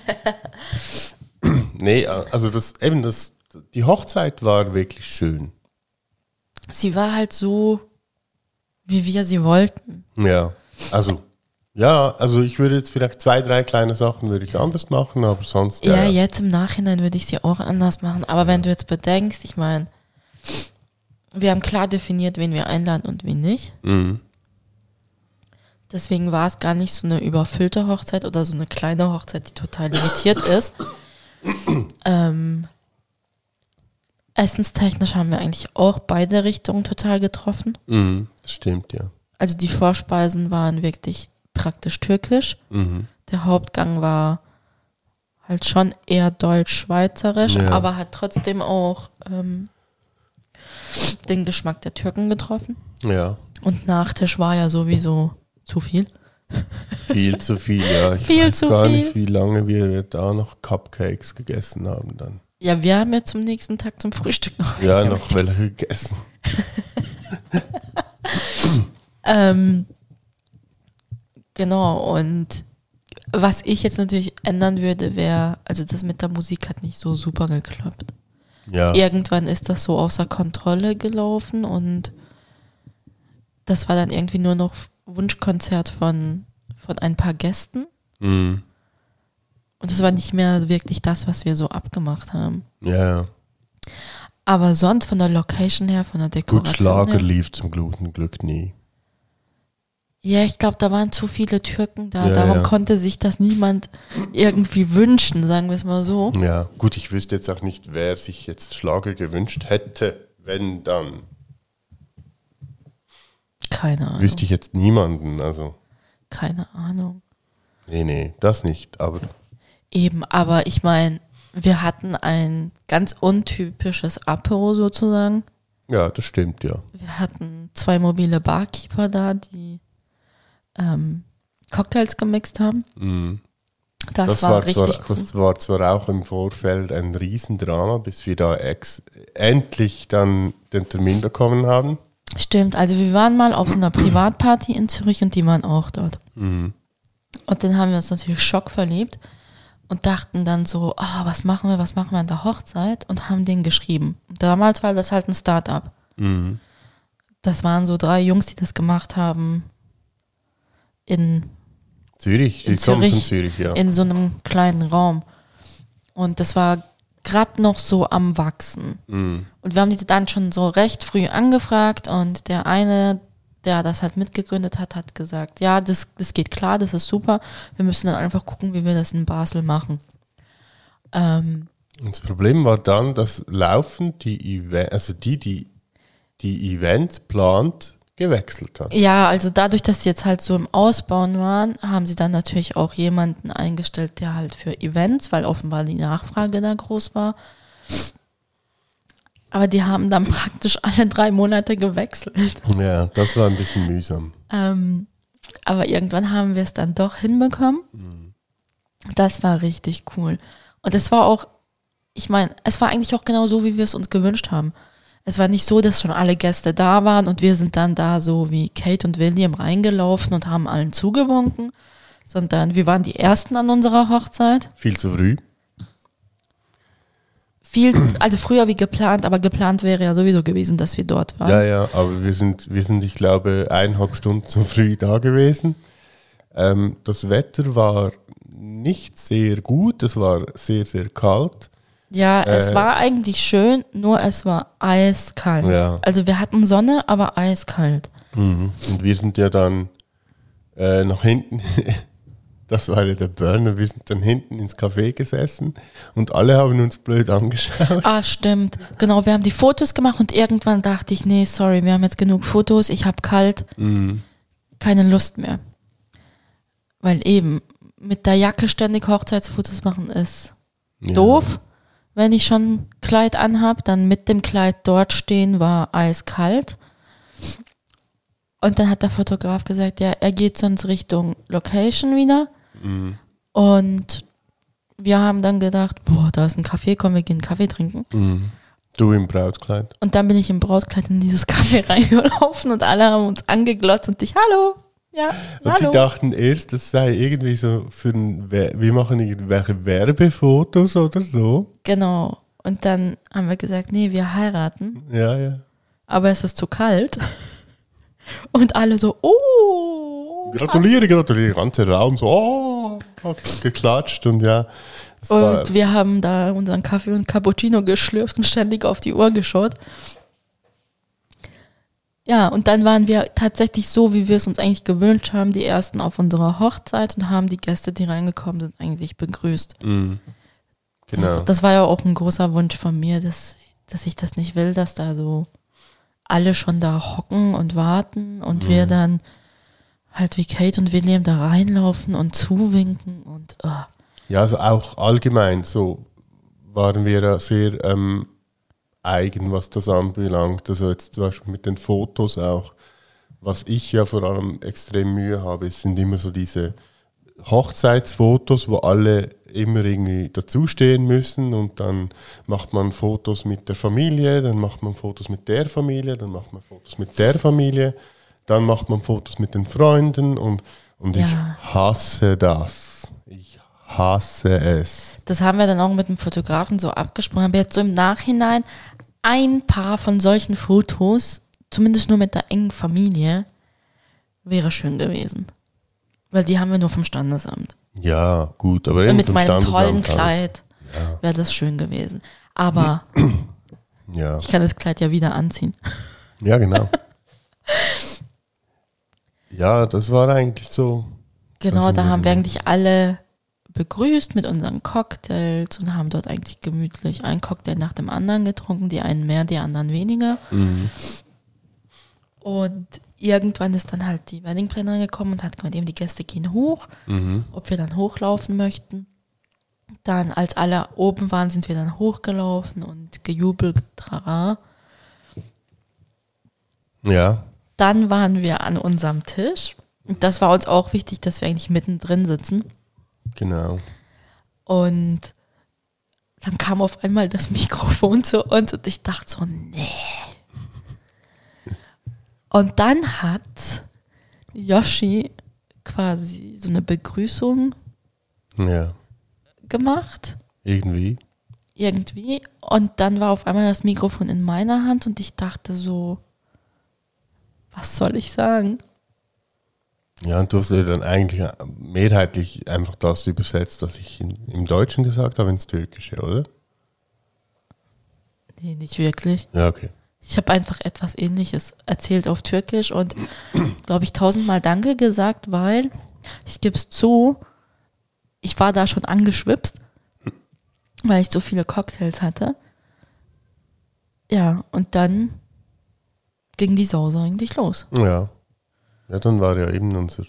Speaker 1: Nee, also das eben das die Hochzeit war wirklich schön.
Speaker 2: Sie war halt so, wie wir sie wollten.
Speaker 1: Ja, also ja, also ich würde jetzt vielleicht zwei, drei kleine Sachen würde ich anders machen, aber sonst
Speaker 2: Ja,
Speaker 1: ja.
Speaker 2: jetzt im Nachhinein würde ich sie auch anders machen. Aber wenn du jetzt bedenkst, ich meine, wir haben klar definiert, wen wir einladen und wen nicht.
Speaker 1: Mhm.
Speaker 2: Deswegen war es gar nicht so eine überfüllte Hochzeit oder so eine kleine Hochzeit, die total limitiert ist. ähm, essenstechnisch haben wir eigentlich auch beide Richtungen total getroffen.
Speaker 1: Mhm. Das stimmt, ja.
Speaker 2: Also die Vorspeisen waren wirklich praktisch türkisch.
Speaker 1: Mhm.
Speaker 2: Der Hauptgang war halt schon eher deutsch-schweizerisch,
Speaker 1: Ja.
Speaker 2: aber hat trotzdem auch ähm, den Geschmack der Türken getroffen.
Speaker 1: Ja,
Speaker 2: Und Nachtisch war ja sowieso zu viel.
Speaker 1: viel zu viel, ja. Ich
Speaker 2: Viel
Speaker 1: weiß
Speaker 2: zu
Speaker 1: gar
Speaker 2: viel.
Speaker 1: nicht, wie lange wir da noch Cupcakes gegessen haben dann.
Speaker 2: Ja, wir haben ja zum nächsten Tag zum Frühstück noch
Speaker 1: Ja,
Speaker 2: welche
Speaker 1: noch welche gegessen.
Speaker 2: Ähm, genau, und was ich jetzt natürlich ändern würde, wäre, also das mit der Musik hat nicht so super geklappt.
Speaker 1: Ja,
Speaker 2: Irgendwann ist das so außer Kontrolle gelaufen und das war dann irgendwie nur noch Wunschkonzert von, von ein paar Gästen.
Speaker 1: mhm.
Speaker 2: Und es war nicht mehr wirklich das, was wir so abgemacht haben.
Speaker 1: ja, ja.
Speaker 2: Aber sonst von der Location her, von der Dekoration
Speaker 1: Gut, Schlager
Speaker 2: her,
Speaker 1: lief zum guten Glück nie.
Speaker 2: ja, ich glaube, da waren zu viele Türken da.
Speaker 1: Ja,
Speaker 2: Darum
Speaker 1: ja.
Speaker 2: konnte sich das niemand irgendwie wünschen, sagen wir es mal so.
Speaker 1: Ja, gut, ich wüsste jetzt auch nicht, wer sich jetzt Schlager gewünscht hätte, wenn dann.
Speaker 2: Keine Ahnung.
Speaker 1: Wüsste ich jetzt niemanden, also.
Speaker 2: Keine Ahnung.
Speaker 1: Nee, nee, das nicht, aber.
Speaker 2: Eben, aber ich meine, wir hatten ein ganz untypisches Apero sozusagen.
Speaker 1: Ja, das stimmt, ja.
Speaker 2: Wir hatten zwei mobile Barkeeper da, die ähm, Cocktails gemixt haben.
Speaker 1: Mhm.
Speaker 2: Das,
Speaker 1: Das,
Speaker 2: war,
Speaker 1: war
Speaker 2: richtig
Speaker 1: zwar,
Speaker 2: cool.
Speaker 1: das war zwar auch im Vorfeld ein Riesendrama, bis wir da ex endlich dann den Termin bekommen haben.
Speaker 2: Stimmt, also wir waren mal auf so einer Privatparty in Zürich und die waren auch dort.
Speaker 1: Mhm.
Speaker 2: Und dann haben wir uns natürlich schockverliebt und dachten dann so, ah, was machen wir, was machen wir an der Hochzeit? Und haben den geschrieben. Und damals war das halt ein Start-up.
Speaker 1: Mhm.
Speaker 2: Das waren so drei Jungs, die das gemacht haben in
Speaker 1: Zürich, die
Speaker 2: in
Speaker 1: kommen
Speaker 2: Zürich,
Speaker 1: von Zürich, ja.
Speaker 2: in so einem kleinen Raum. Und das war gerade noch so am Wachsen.
Speaker 1: Mhm.
Speaker 2: Und wir haben die dann schon so recht früh angefragt und der eine, der das halt mitgegründet hat, hat gesagt, ja, das, das geht klar, das ist super. Wir müssen dann einfach gucken, wie wir das in Basel machen. Ähm,
Speaker 1: Und das Problem war dann, dass laufend die Event, also die, die die Events plant, gewechselt hat.
Speaker 2: ja, also dadurch, dass sie jetzt halt so im Ausbauen waren, haben sie dann natürlich auch jemanden eingestellt, der halt für Events, weil offenbar die Nachfrage da groß war. Aber die haben dann praktisch alle drei Monate gewechselt.
Speaker 1: Ja, das war ein bisschen mühsam.
Speaker 2: Ähm, aber irgendwann haben wir es dann doch hinbekommen.
Speaker 1: Mhm.
Speaker 2: Das war richtig cool. Und es war auch, ich meine, es war eigentlich auch genau so, wie wir es uns gewünscht haben. Es war nicht so, dass schon alle Gäste da waren und wir sind dann da so wie Kate und William reingelaufen und haben allen zugewunken, sondern wir waren die Ersten an unserer Hochzeit.
Speaker 1: Viel zu früh.
Speaker 2: Viel, also früher wie geplant, aber geplant wäre ja sowieso gewesen, dass wir dort waren.
Speaker 1: Ja, ja, aber wir sind, wir sind, ich glaube, eineinhalb Stunden zu früh da gewesen. Ähm, das Wetter war nicht sehr gut, es war sehr, sehr kalt.
Speaker 2: Ja, es
Speaker 1: Äh,
Speaker 2: war eigentlich schön, nur es war eiskalt.
Speaker 1: Ja.
Speaker 2: Also wir hatten Sonne, aber eiskalt.
Speaker 1: Mhm. Und wir sind ja dann äh, nach hinten, das war ja der Burner, wir sind dann hinten ins Café gesessen und alle haben uns blöd angeschaut.
Speaker 2: Ah, stimmt. Genau, wir haben die Fotos gemacht und irgendwann dachte ich, nee, sorry, wir haben jetzt genug Fotos, ich habe kalt,
Speaker 1: Mhm.
Speaker 2: keine Lust mehr. Weil eben, mit der Jacke ständig Hochzeitsfotos machen ist
Speaker 1: Ja.
Speaker 2: doof. Wenn ich schon Kleid anhab, dann mit dem Kleid dort stehen, war eiskalt. Und dann hat der Fotograf gesagt, ja, er geht sonst Richtung Location wieder.
Speaker 1: Mhm.
Speaker 2: Und wir haben dann gedacht, boah, da ist ein Café, komm, wir gehen einen Kaffee trinken.
Speaker 1: Mhm. Du im Brautkleid.
Speaker 2: Und dann bin ich im Brautkleid in dieses Café reingelaufen und alle haben uns angeglotzt und ich, hallo, ja,
Speaker 1: Und
Speaker 2: hallo.
Speaker 1: die dachten erst, das sei irgendwie so für ein, We- wir machen irgendwelche Werbefotos oder so.
Speaker 2: Genau. Und dann haben wir gesagt, nee, wir heiraten,
Speaker 1: Ja, ja.
Speaker 2: aber es ist zu kalt. Und alle so, oh.
Speaker 1: Gratuliere, gratuliere. Der ganze Raum so, oh, hat geklatscht und ja. Es war,
Speaker 2: Und wir haben da unseren Kaffee und Cappuccino geschlürft und ständig auf die Uhr geschaut. Ja, und dann waren wir tatsächlich so, wie wir es uns eigentlich gewünscht haben, die Ersten auf unserer Hochzeit und haben die Gäste, die reingekommen sind, eigentlich begrüßt.
Speaker 1: Mhm. Genau.
Speaker 2: Das, das war ja auch ein großer Wunsch von mir, dass, dass ich das nicht will, dass da so alle schon da hocken und warten und
Speaker 1: Mhm.
Speaker 2: wir dann halt wie Kate und William da reinlaufen und zuwinken und oh.
Speaker 1: Ja, also auch allgemein so waren wir ja sehr ähm, eigen, was das anbelangt. Also jetzt zum Beispiel mit den Fotos auch. Was ich ja vor allem extrem Mühe habe, es sind immer so diese Hochzeitsfotos, wo alle immer irgendwie dazustehen müssen und dann macht man Fotos mit der Familie, dann macht man Fotos mit der Familie, dann macht man Fotos mit der Familie, dann macht man Fotos mit den Freunden und, und
Speaker 2: Ja.
Speaker 1: ich hasse das. Ich hasse es.
Speaker 2: Das haben wir dann auch mit dem Fotografen so abgesprochen. Aber jetzt so im Nachhinein ein paar von solchen Fotos, zumindest nur mit der engen Familie, wäre schön gewesen. Weil die haben wir nur vom Standesamt.
Speaker 1: Ja, gut, aber
Speaker 2: Und
Speaker 1: eben
Speaker 2: mit
Speaker 1: vom
Speaker 2: meinem
Speaker 1: Standesamt
Speaker 2: tollen
Speaker 1: alles.
Speaker 2: Kleid
Speaker 1: Ja,
Speaker 2: wäre das schön gewesen. Aber
Speaker 1: ja.
Speaker 2: ich kann das Kleid ja wieder anziehen.
Speaker 1: Ja, genau. Ja, das war eigentlich so.
Speaker 2: Genau,
Speaker 1: sind
Speaker 2: da
Speaker 1: wir
Speaker 2: haben wir
Speaker 1: gewesen.
Speaker 2: eigentlich alle begrüßt mit unseren Cocktails und haben dort eigentlich gemütlich einen Cocktail nach dem anderen getrunken. Die einen mehr, die anderen weniger.
Speaker 1: Mhm.
Speaker 2: Und irgendwann ist dann halt die Wedding-Plannerin gekommen und hat gemeint, eben die Gäste gehen hoch,
Speaker 1: Mhm.
Speaker 2: ob wir dann hochlaufen möchten. Dann, als alle oben waren, sind wir dann hochgelaufen und gejubelt, trara.
Speaker 1: Ja,
Speaker 2: Dann waren wir an unserem Tisch. Und das war uns auch wichtig, dass wir eigentlich mittendrin sitzen.
Speaker 1: genau.
Speaker 2: Und dann kam auf einmal das Mikrofon zu uns und ich dachte so, nee. Und dann hat Yoshi quasi so eine Begrüßung
Speaker 1: Ja,
Speaker 2: gemacht.
Speaker 1: irgendwie.
Speaker 2: Irgendwie. Und dann war auf einmal das Mikrofon in meiner Hand und ich dachte so, was soll ich sagen?
Speaker 1: Ja, und du hast ja dann eigentlich mehrheitlich einfach das übersetzt, was ich in, im Deutschen gesagt habe, ins Türkische, oder?
Speaker 2: Nee, nicht wirklich.
Speaker 1: Ja, okay.
Speaker 2: Ich habe einfach etwas Ähnliches erzählt auf Türkisch und, glaube ich, tausendmal Danke gesagt, weil, ich gebe es zu, ich war da schon angeschwipst, weil ich so viele Cocktails hatte. Ja, und dann ging die Sause eigentlich los.
Speaker 1: Ja. Ja, dann war ja eben unser,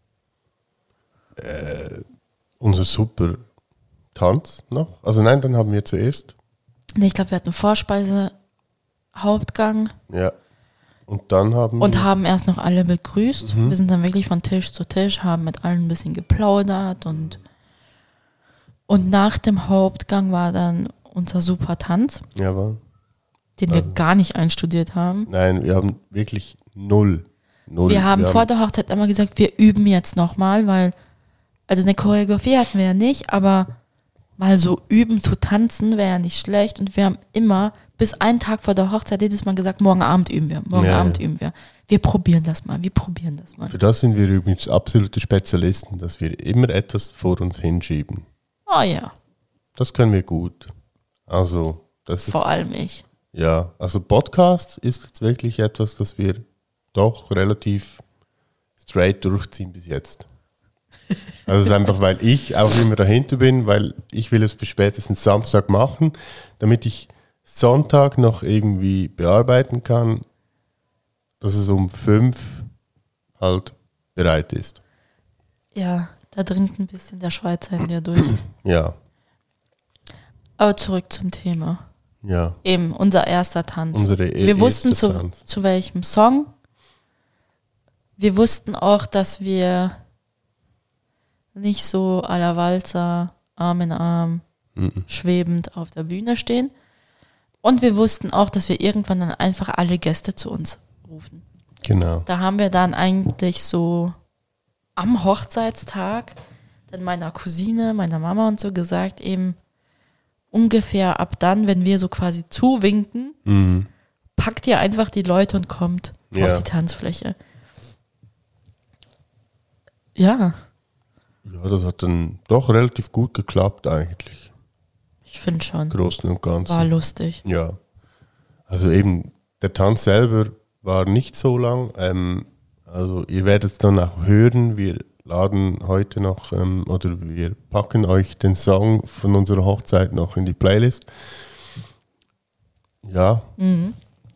Speaker 1: äh, unser super Tanz noch. Also nein, dann haben wir zuerst.
Speaker 2: Nee, ich glaube, wir hatten Vorspeise, Hauptgang
Speaker 1: Ja. Und dann haben
Speaker 2: und
Speaker 1: wir,
Speaker 2: haben erst noch alle begrüßt.
Speaker 1: Mhm.
Speaker 2: Wir sind dann wirklich von Tisch zu Tisch, haben mit allen ein bisschen geplaudert und, und nach dem Hauptgang war dann unser super Tanz,
Speaker 1: ja, war,
Speaker 2: den wir gar nicht einstudiert haben.
Speaker 1: nein, wir haben wirklich null. null.
Speaker 2: Wir haben vor der Hochzeit immer gesagt, wir üben jetzt nochmal, weil, also eine Choreografie hatten wir ja nicht, aber mal so üben zu tanzen wäre ja nicht schlecht. Und wir haben immer bis einen Tag vor der Hochzeit jedes Mal gesagt, morgen Abend üben wir, morgen
Speaker 1: Ja,
Speaker 2: Abend
Speaker 1: ja.
Speaker 2: üben wir. Wir probieren das mal, wir probieren das mal.
Speaker 1: Für das sind wir übrigens absolute Spezialisten, dass wir immer etwas vor uns hinschieben.
Speaker 2: Oh ja,
Speaker 1: Das können wir gut. Also, das ist
Speaker 2: vor
Speaker 1: jetzt,
Speaker 2: allem ich.
Speaker 1: ja, also Podcast ist jetzt wirklich etwas, das wir doch relativ straight durchziehen bis jetzt. Also es ist einfach, weil ich auch immer dahinter bin, weil ich will es bis spätestens Samstag machen, damit ich Sonntag noch irgendwie bearbeiten kann, dass es um fünf halt bereit ist.
Speaker 2: Ja, da dringt ein bisschen der Schweizer in dir durch.
Speaker 1: Ja,
Speaker 2: Aber zurück zum Thema.
Speaker 1: ja.
Speaker 2: Eben, unser erster Tanz.
Speaker 1: Unsere e-
Speaker 2: wir wussten
Speaker 1: erste
Speaker 2: zu,
Speaker 1: Tanz.
Speaker 2: zu welchem Song. Wir wussten auch, dass wir nicht so à la Walzer, Arm in Arm,
Speaker 1: Mhm.
Speaker 2: schwebend auf der Bühne stehen. Und wir wussten auch, dass wir irgendwann dann einfach alle Gäste zu uns rufen.
Speaker 1: Genau.
Speaker 2: Da haben wir dann eigentlich so am Hochzeitstag dann meiner Cousine, meiner Mama und so gesagt, eben ungefähr ab dann, wenn wir so quasi zuwinken,
Speaker 1: Mhm.
Speaker 2: packt ihr einfach die Leute und kommt
Speaker 1: Ja.
Speaker 2: auf die Tanzfläche. Ja,
Speaker 1: Ja, das hat dann doch relativ gut geklappt eigentlich,
Speaker 2: ich finde schon.
Speaker 1: im Großen und Ganzen.
Speaker 2: War lustig.
Speaker 1: Ja, also eben der Tanz selber war nicht so lang. Ähm, also ihr werdet es dann auch hören. Wir laden heute noch ähm, oder wir packen euch den Song von unserer Hochzeit noch in die Playlist. Ja,
Speaker 2: Mhm.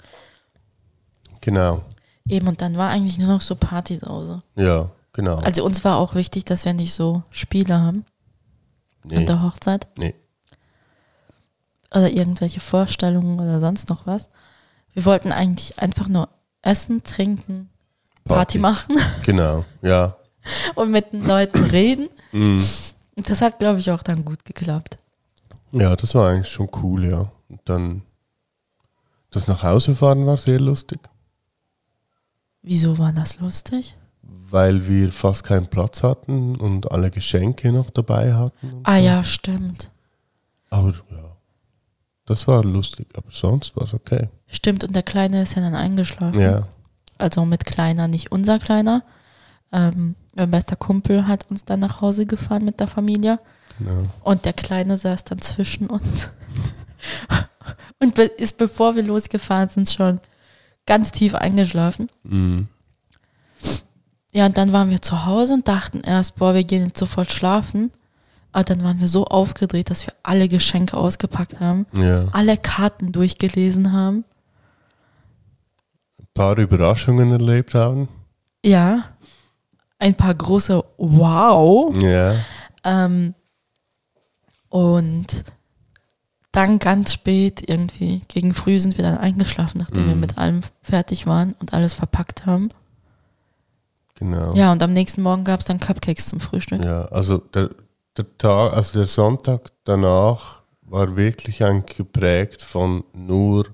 Speaker 1: genau.
Speaker 2: Eben, und dann war eigentlich nur noch so Partysause.
Speaker 1: Ja, genau.
Speaker 2: Also uns war auch wichtig, dass wir nicht so Spiele haben an
Speaker 1: nee,
Speaker 2: der Hochzeit
Speaker 1: nee.
Speaker 2: oder irgendwelche Vorstellungen oder sonst noch was. Wir wollten eigentlich einfach nur essen, trinken, Party,
Speaker 1: Party.
Speaker 2: machen
Speaker 1: Genau, ja.
Speaker 2: und mit den Leuten reden.
Speaker 1: Mhm.
Speaker 2: Und das hat, glaube ich, auch dann gut geklappt.
Speaker 1: Ja, das war eigentlich schon cool, ja. Und dann das nach Hause fahren war sehr lustig,
Speaker 2: Wieso war das lustig?
Speaker 1: weil wir fast keinen Platz hatten und alle Geschenke noch dabei hatten. und
Speaker 2: Ah
Speaker 1: so.
Speaker 2: ja, stimmt.
Speaker 1: Aber ja, das war lustig, aber sonst war es okay.
Speaker 2: Stimmt, und der Kleine ist ja dann eingeschlafen.
Speaker 1: Ja,
Speaker 2: Also mit Kleiner, nicht unser Kleiner. Ähm, mein bester Kumpel hat uns dann nach Hause gefahren mit der Familie.
Speaker 1: genau.
Speaker 2: Und der Kleine saß dann zwischen uns. Und be- ist, bevor wir losgefahren sind, schon ganz tief eingeschlafen.
Speaker 1: Mhm.
Speaker 2: Ja, und dann waren wir zu Hause und dachten erst, boah, wir gehen jetzt sofort schlafen. Aber dann waren wir so aufgedreht, dass wir alle Geschenke ausgepackt haben,
Speaker 1: Ja,
Speaker 2: alle Karten durchgelesen haben.
Speaker 1: ein paar Überraschungen erlebt haben.
Speaker 2: Ja, ein paar große Wow.
Speaker 1: Ja,
Speaker 2: Ähm, und dann ganz spät, irgendwie gegen früh sind wir dann eingeschlafen, nachdem
Speaker 1: Mhm.
Speaker 2: wir mit allem fertig waren und alles verpackt haben.
Speaker 1: genau.
Speaker 2: Ja, und am nächsten Morgen gab es dann Cupcakes zum Frühstück.
Speaker 1: Ja, also der, der Tag, also der Sonntag danach war wirklich eigentlich geprägt von nur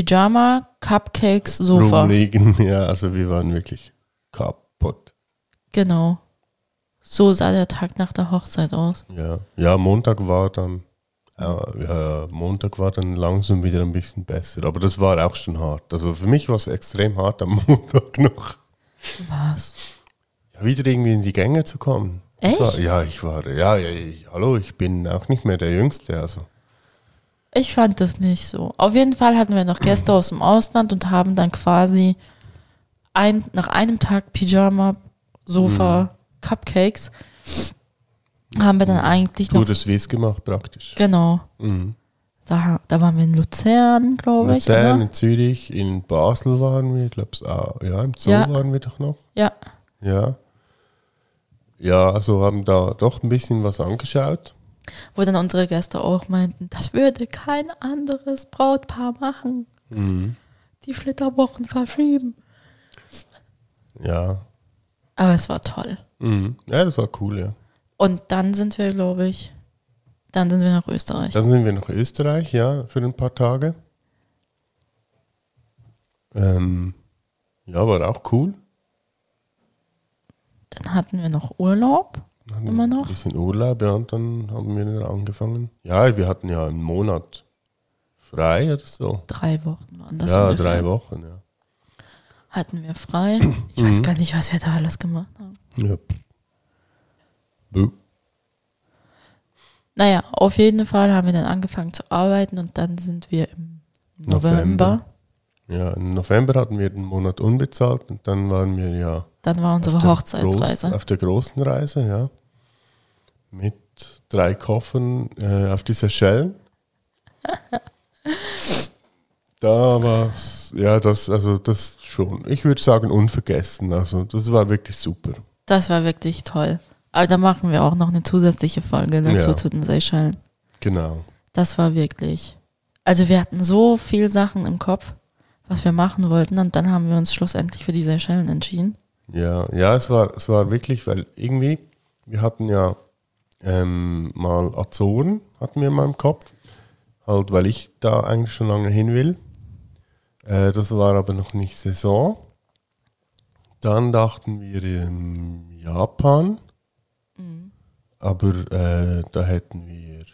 Speaker 2: Pyjama, Cupcakes, Sofa.
Speaker 1: rumliegen. Ja, also wir waren wirklich kaputt.
Speaker 2: Genau. So sah der Tag nach der Hochzeit aus.
Speaker 1: Ja, ja Montag war dann, äh, ja, Montag war dann langsam wieder ein bisschen besser. Aber das war auch schon hart. Also für mich war es extrem hart am Montag noch.
Speaker 2: Was?
Speaker 1: Ja, wieder irgendwie in die Gänge zu kommen. Das
Speaker 2: Echt?
Speaker 1: War, ja, ich war, ja, ja, ich, hallo, ich bin auch nicht mehr der Jüngste, also.
Speaker 2: Ich fand das nicht so. Auf jeden Fall hatten wir noch Gäste aus dem Ausland und haben dann quasi ein, nach einem Tag Pyjama, Sofa,
Speaker 1: Mhm.
Speaker 2: Cupcakes, haben wir dann eigentlich noch...
Speaker 1: Gutes Wiss gemacht, praktisch.
Speaker 2: Genau.
Speaker 1: Mhm.
Speaker 2: Da, da waren wir in Luzern, glaube ich,
Speaker 1: Luzern,
Speaker 2: oder?
Speaker 1: in Zürich, in Basel waren wir, ich glaube, ah, ja, im Zoo
Speaker 2: Ja.
Speaker 1: waren wir doch noch.
Speaker 2: Ja,
Speaker 1: Ja. Ja, also haben da doch ein bisschen was angeschaut.
Speaker 2: wo dann unsere Gäste auch meinten, das würde kein anderes Brautpaar machen.
Speaker 1: Mhm.
Speaker 2: Die Flitterwochen verschieben.
Speaker 1: Ja.
Speaker 2: Aber es war toll.
Speaker 1: Mhm. Ja, das war cool, ja.
Speaker 2: Und dann sind wir, glaube ich, dann sind wir nach Österreich.
Speaker 1: Dann sind wir nach Österreich, ja, für ein paar Tage. Ähm, ja, war auch cool.
Speaker 2: Dann hatten wir noch Urlaub.
Speaker 1: Dann
Speaker 2: Immer noch?
Speaker 1: Ein bisschen Urlaub, ja, und dann haben wir dann angefangen. Ja, wir hatten ja einen Monat frei oder so.
Speaker 2: Drei Wochen waren das
Speaker 1: ja,
Speaker 2: ungefähr.
Speaker 1: drei Wochen, ja.
Speaker 2: Hatten wir frei. Ich weiß gar nicht, was wir da alles gemacht haben.
Speaker 1: Ja. Buh.
Speaker 2: Naja, auf jeden Fall haben wir dann angefangen zu arbeiten und dann sind wir im November.
Speaker 1: November. Ja, im November hatten wir den Monat unbezahlt und dann waren wir ja
Speaker 2: Dann war unsere
Speaker 1: auf der
Speaker 2: Hochzeitsreise.
Speaker 1: Groß, auf der großen Reise, ja. Mit drei Koffern äh, auf die Seychellen. Da war es, ja, das, also das schon, ich würde sagen, unvergessen. Also das war wirklich super.
Speaker 2: Das war wirklich toll. Aber da machen wir auch noch eine zusätzliche Folge dazu
Speaker 1: Ja.
Speaker 2: zu den Seychellen.
Speaker 1: Genau.
Speaker 2: Das war wirklich. Also wir hatten so viel Sachen im Kopf, was wir machen wollten und dann haben wir uns schlussendlich für die Seychellen entschieden.
Speaker 1: Ja, ja, es war, es war wirklich, weil irgendwie, wir hatten ja ähm, mal Azoren, hatten wir mal im Kopf. Halt, weil ich da eigentlich schon lange hin will. Äh, das war aber noch nicht Saison. Dann dachten wir in Japan. Aber äh, da hätten wir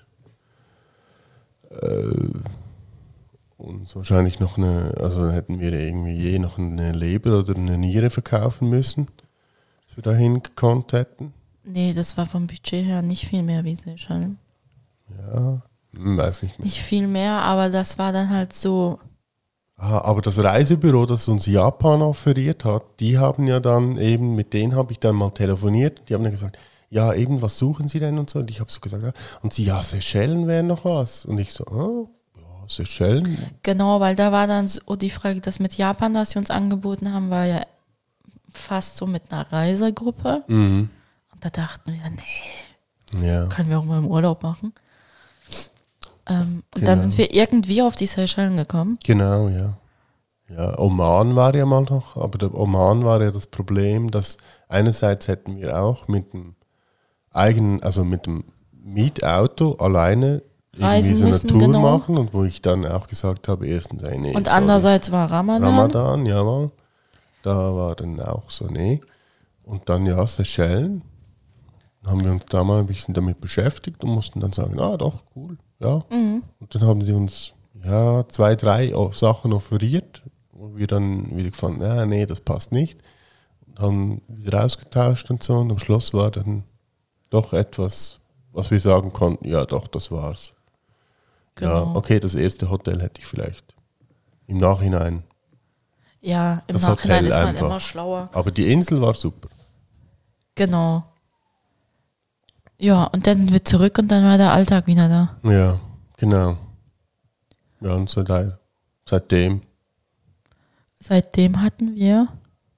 Speaker 1: äh, uns wahrscheinlich noch eine, also hätten wir irgendwie je noch eine Leber oder eine Niere verkaufen müssen, dass wir dahin gekonnt hätten.
Speaker 2: Nee, das war vom Budget her nicht viel mehr wie Seychellen.
Speaker 1: Ja, hm, weiß nicht mehr.
Speaker 2: Nicht viel mehr, aber das war dann halt so,
Speaker 1: Ah, aber das Reisebüro, das uns Japan offeriert hat, die haben ja dann eben, mit denen habe ich dann mal telefoniert, die haben dann gesagt, ja, eben, was suchen Sie denn und so? Und ich habe so gesagt, ja. Und sie, ja, Seychellen wären noch was. Und ich so, ah, ja, Seychellen.
Speaker 2: genau, weil da war dann so die Frage, das mit Japan, was sie uns angeboten haben, war ja fast so mit einer Reisegruppe.
Speaker 1: Mhm.
Speaker 2: Und da dachten wir, nee,
Speaker 1: Ja,
Speaker 2: können wir auch mal im Urlaub machen. Ähm, und
Speaker 1: Genau.
Speaker 2: dann sind wir irgendwie auf die Seychellen gekommen.
Speaker 1: genau, ja. Ja, Oman war ja mal noch, aber der Oman war ja das Problem, dass einerseits hätten wir auch mit dem eigenen, also mit dem Mietauto alleine
Speaker 2: Reisen
Speaker 1: irgendwie so eine
Speaker 2: müssen,
Speaker 1: Tour
Speaker 2: genau.
Speaker 1: machen und wo ich dann auch gesagt habe, erstens, ey, nee,
Speaker 2: Und
Speaker 1: sorry.
Speaker 2: andererseits war Ramadan.
Speaker 1: Ramadan, jawohl. Da war dann auch so, nee. Und dann ja, Seychellen. Dann haben wir uns da mal ein bisschen damit beschäftigt und mussten dann sagen, ah doch, cool, ja.
Speaker 2: Mhm.
Speaker 1: Und dann haben sie uns ja zwei, drei Sachen offeriert, wo wir dann wieder gefunden, ja, nee, das passt nicht. Und haben wieder ausgetauscht und so. Und am Schluss war dann doch etwas, was wir sagen konnten, ja doch, das war's. Ja,
Speaker 2: Genau.
Speaker 1: okay, das erste Hotel hätte ich vielleicht im Nachhinein.
Speaker 2: Ja, im
Speaker 1: Das
Speaker 2: Nachhinein
Speaker 1: Hotel
Speaker 2: ist man
Speaker 1: einfach.
Speaker 2: immer schlauer.
Speaker 1: Aber die Insel war super.
Speaker 2: Genau. Ja, und dann sind wir zurück und dann war der Alltag wieder da.
Speaker 1: Ja, genau. Ja, und seit, seitdem,
Speaker 2: Seitdem hatten wir,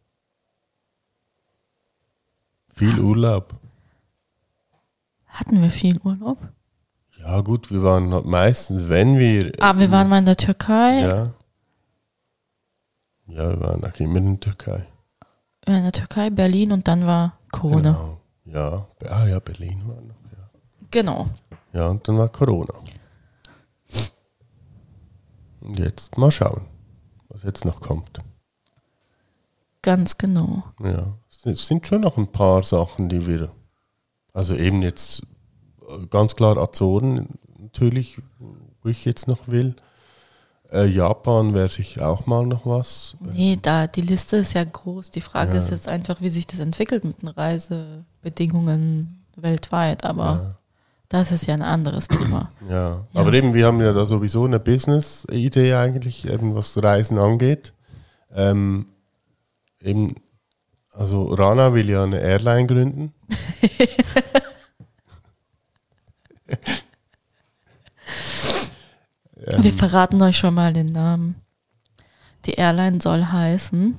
Speaker 1: viel Urlaub.
Speaker 2: hatten wir viel Urlaub.
Speaker 1: Ja gut, wir waren halt meistens, wenn wir...
Speaker 2: Ah, wir waren mal in der Türkei.
Speaker 1: Ja. Ja, wir waren auch immer in der Türkei.
Speaker 2: Wir waren in der Türkei, Berlin und dann war Corona.
Speaker 1: Genau. Ja, ah ja, Berlin war noch, ja.
Speaker 2: Genau.
Speaker 1: Ja, und dann war Corona. Und jetzt mal schauen, was jetzt noch kommt.
Speaker 2: Ganz genau.
Speaker 1: Ja, es sind schon noch ein paar Sachen, die wir, also eben jetzt ganz klar Azoren natürlich, wo ich jetzt noch will. Äh, Japan wäre sicher auch mal noch was.
Speaker 2: Nee, da, die Liste ist ja groß. Die Frage
Speaker 1: Ja.
Speaker 2: ist jetzt einfach, wie sich das entwickelt mit den Reisebedingungen weltweit. Aber
Speaker 1: Ja.
Speaker 2: das ist ja ein anderes Thema.
Speaker 1: Ja.
Speaker 2: Ja.
Speaker 1: Aber eben, wir haben ja da sowieso eine Business-Idee eigentlich, eben was Reisen angeht. Ähm, eben, also Rana will ja eine Airline gründen. ähm,
Speaker 2: Wir verraten euch schon mal den Namen. Die Airline soll heißen.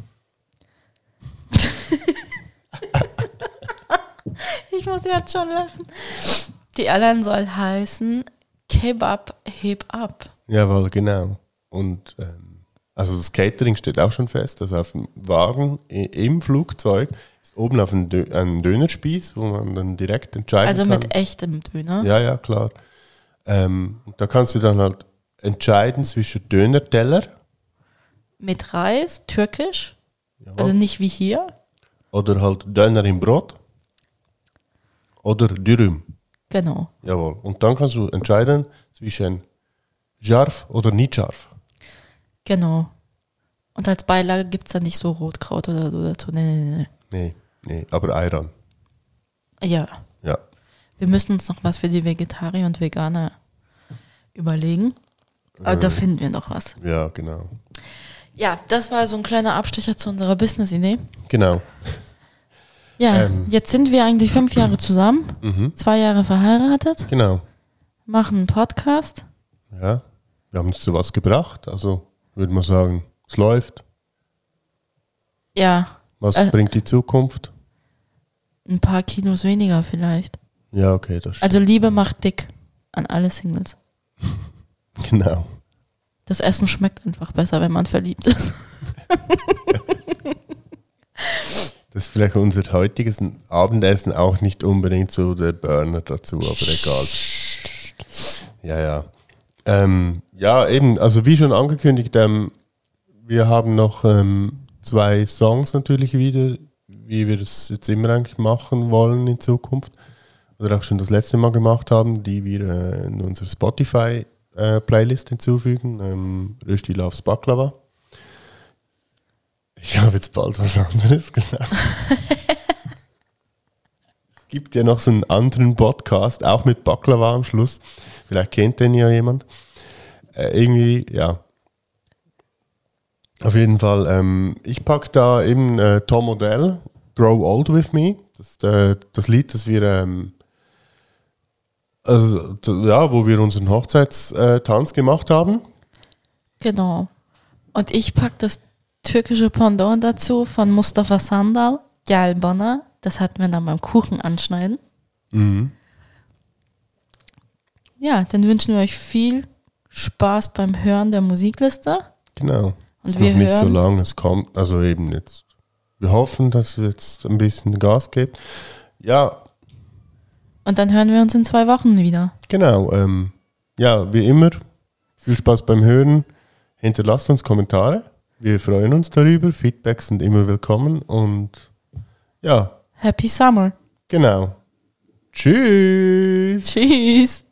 Speaker 2: Ich muss jetzt schon lachen. Die Airline soll heißen Kebab heb ab.
Speaker 1: Jawohl, genau. Und ähm, also das Catering steht auch schon fest. Also auf dem Wagen i- im Flugzeug ist oben auf ein, Dö- ein Dönerspieß, wo man dann direkt entscheiden
Speaker 2: Also
Speaker 1: kann.
Speaker 2: mit echtem Döner.
Speaker 1: Ja, ja, klar. Ähm, und da kannst du dann halt entscheiden zwischen Dönerteller
Speaker 2: Mit Reis, türkisch.
Speaker 1: jawohl,
Speaker 2: Also nicht wie hier.
Speaker 1: oder halt Döner im Brot oder Dürüm.
Speaker 2: Genau.
Speaker 1: Jawohl. Und dann kannst du entscheiden zwischen scharf oder nicht scharf.
Speaker 2: Genau. Und als Beilage gibt es dann nicht so Rotkraut oder so dazu. Nee, nee, nee.
Speaker 1: Nee, nee, aber Ayran.
Speaker 2: Ja.
Speaker 1: Ja.
Speaker 2: Wir müssen uns noch was für die Vegetarier und Veganer überlegen. Aber da finden wir noch was.
Speaker 1: Ja, genau.
Speaker 2: Ja, das war so ein kleiner Abstecher zu unserer Business-Idee.
Speaker 1: Genau.
Speaker 2: Ja,
Speaker 1: Ähm.
Speaker 2: jetzt sind wir eigentlich fünf Jahre zusammen,
Speaker 1: Mhm.
Speaker 2: zwei Jahre verheiratet,
Speaker 1: Genau.
Speaker 2: machen einen Podcast.
Speaker 1: Ja. Wir haben uns zu was gebracht. Also würde man sagen, es läuft.
Speaker 2: Ja,
Speaker 1: Was
Speaker 2: Äh.
Speaker 1: bringt die Zukunft?
Speaker 2: ein paar Kilos weniger vielleicht.
Speaker 1: Ja, okay, das stimmt.
Speaker 2: Also Liebe macht dick an alle Singles.
Speaker 1: Genau.
Speaker 2: Das Essen schmeckt einfach besser, wenn man verliebt ist.
Speaker 1: Das ist vielleicht unser heutiges Abendessen auch nicht unbedingt so der Burner dazu, aber egal. Ja, ja. Ähm, ja, eben, also wie schon angekündigt, ähm, wir haben noch ähm, zwei Songs natürlich wieder, wie wir das jetzt immer eigentlich machen wollen in Zukunft. Oder auch schon das letzte Mal gemacht haben, die wir äh, in unsere Spotify-Playlist hinzufügen. Ähm, Rösti Loves Baklava. Ich habe jetzt bald was anderes gesagt. Es gibt ja noch so einen anderen Podcast, auch mit Baklava am Schluss. Vielleicht kennt den ja jemand. Äh, irgendwie, ja. Auf jeden Fall, ähm, ich packe da eben äh, Tom Odell, Grow Old With Me. Das ist äh, das Lied, das wir, ähm, also, t- ja, wo wir unseren Hochzeitstanz gemacht haben.
Speaker 2: Genau. Und ich packe das türkische Pendant dazu von Mustafa Sandal, Gel Bana. Das hatten wir dann beim Kuchen anschneiden.
Speaker 1: Mhm.
Speaker 2: Ja, dann wünschen wir euch viel Spaß beim Hören der Musikliste.
Speaker 1: Genau.
Speaker 2: Und
Speaker 1: Ist
Speaker 2: wir
Speaker 1: noch nicht so
Speaker 2: hören-
Speaker 1: lange, es kommt, also eben jetzt. Wir hoffen, dass es jetzt ein bisschen Gas gibt. Ja,
Speaker 2: Und dann hören wir uns in zwei Wochen wieder.
Speaker 1: genau. Ähm, ja, wie immer, viel Spaß beim Hören. Hinterlasst uns Kommentare. Wir freuen uns darüber. Feedbacks sind immer willkommen. Und ja,
Speaker 2: Happy Summer.
Speaker 1: genau. Tschüss.
Speaker 2: Tschüss.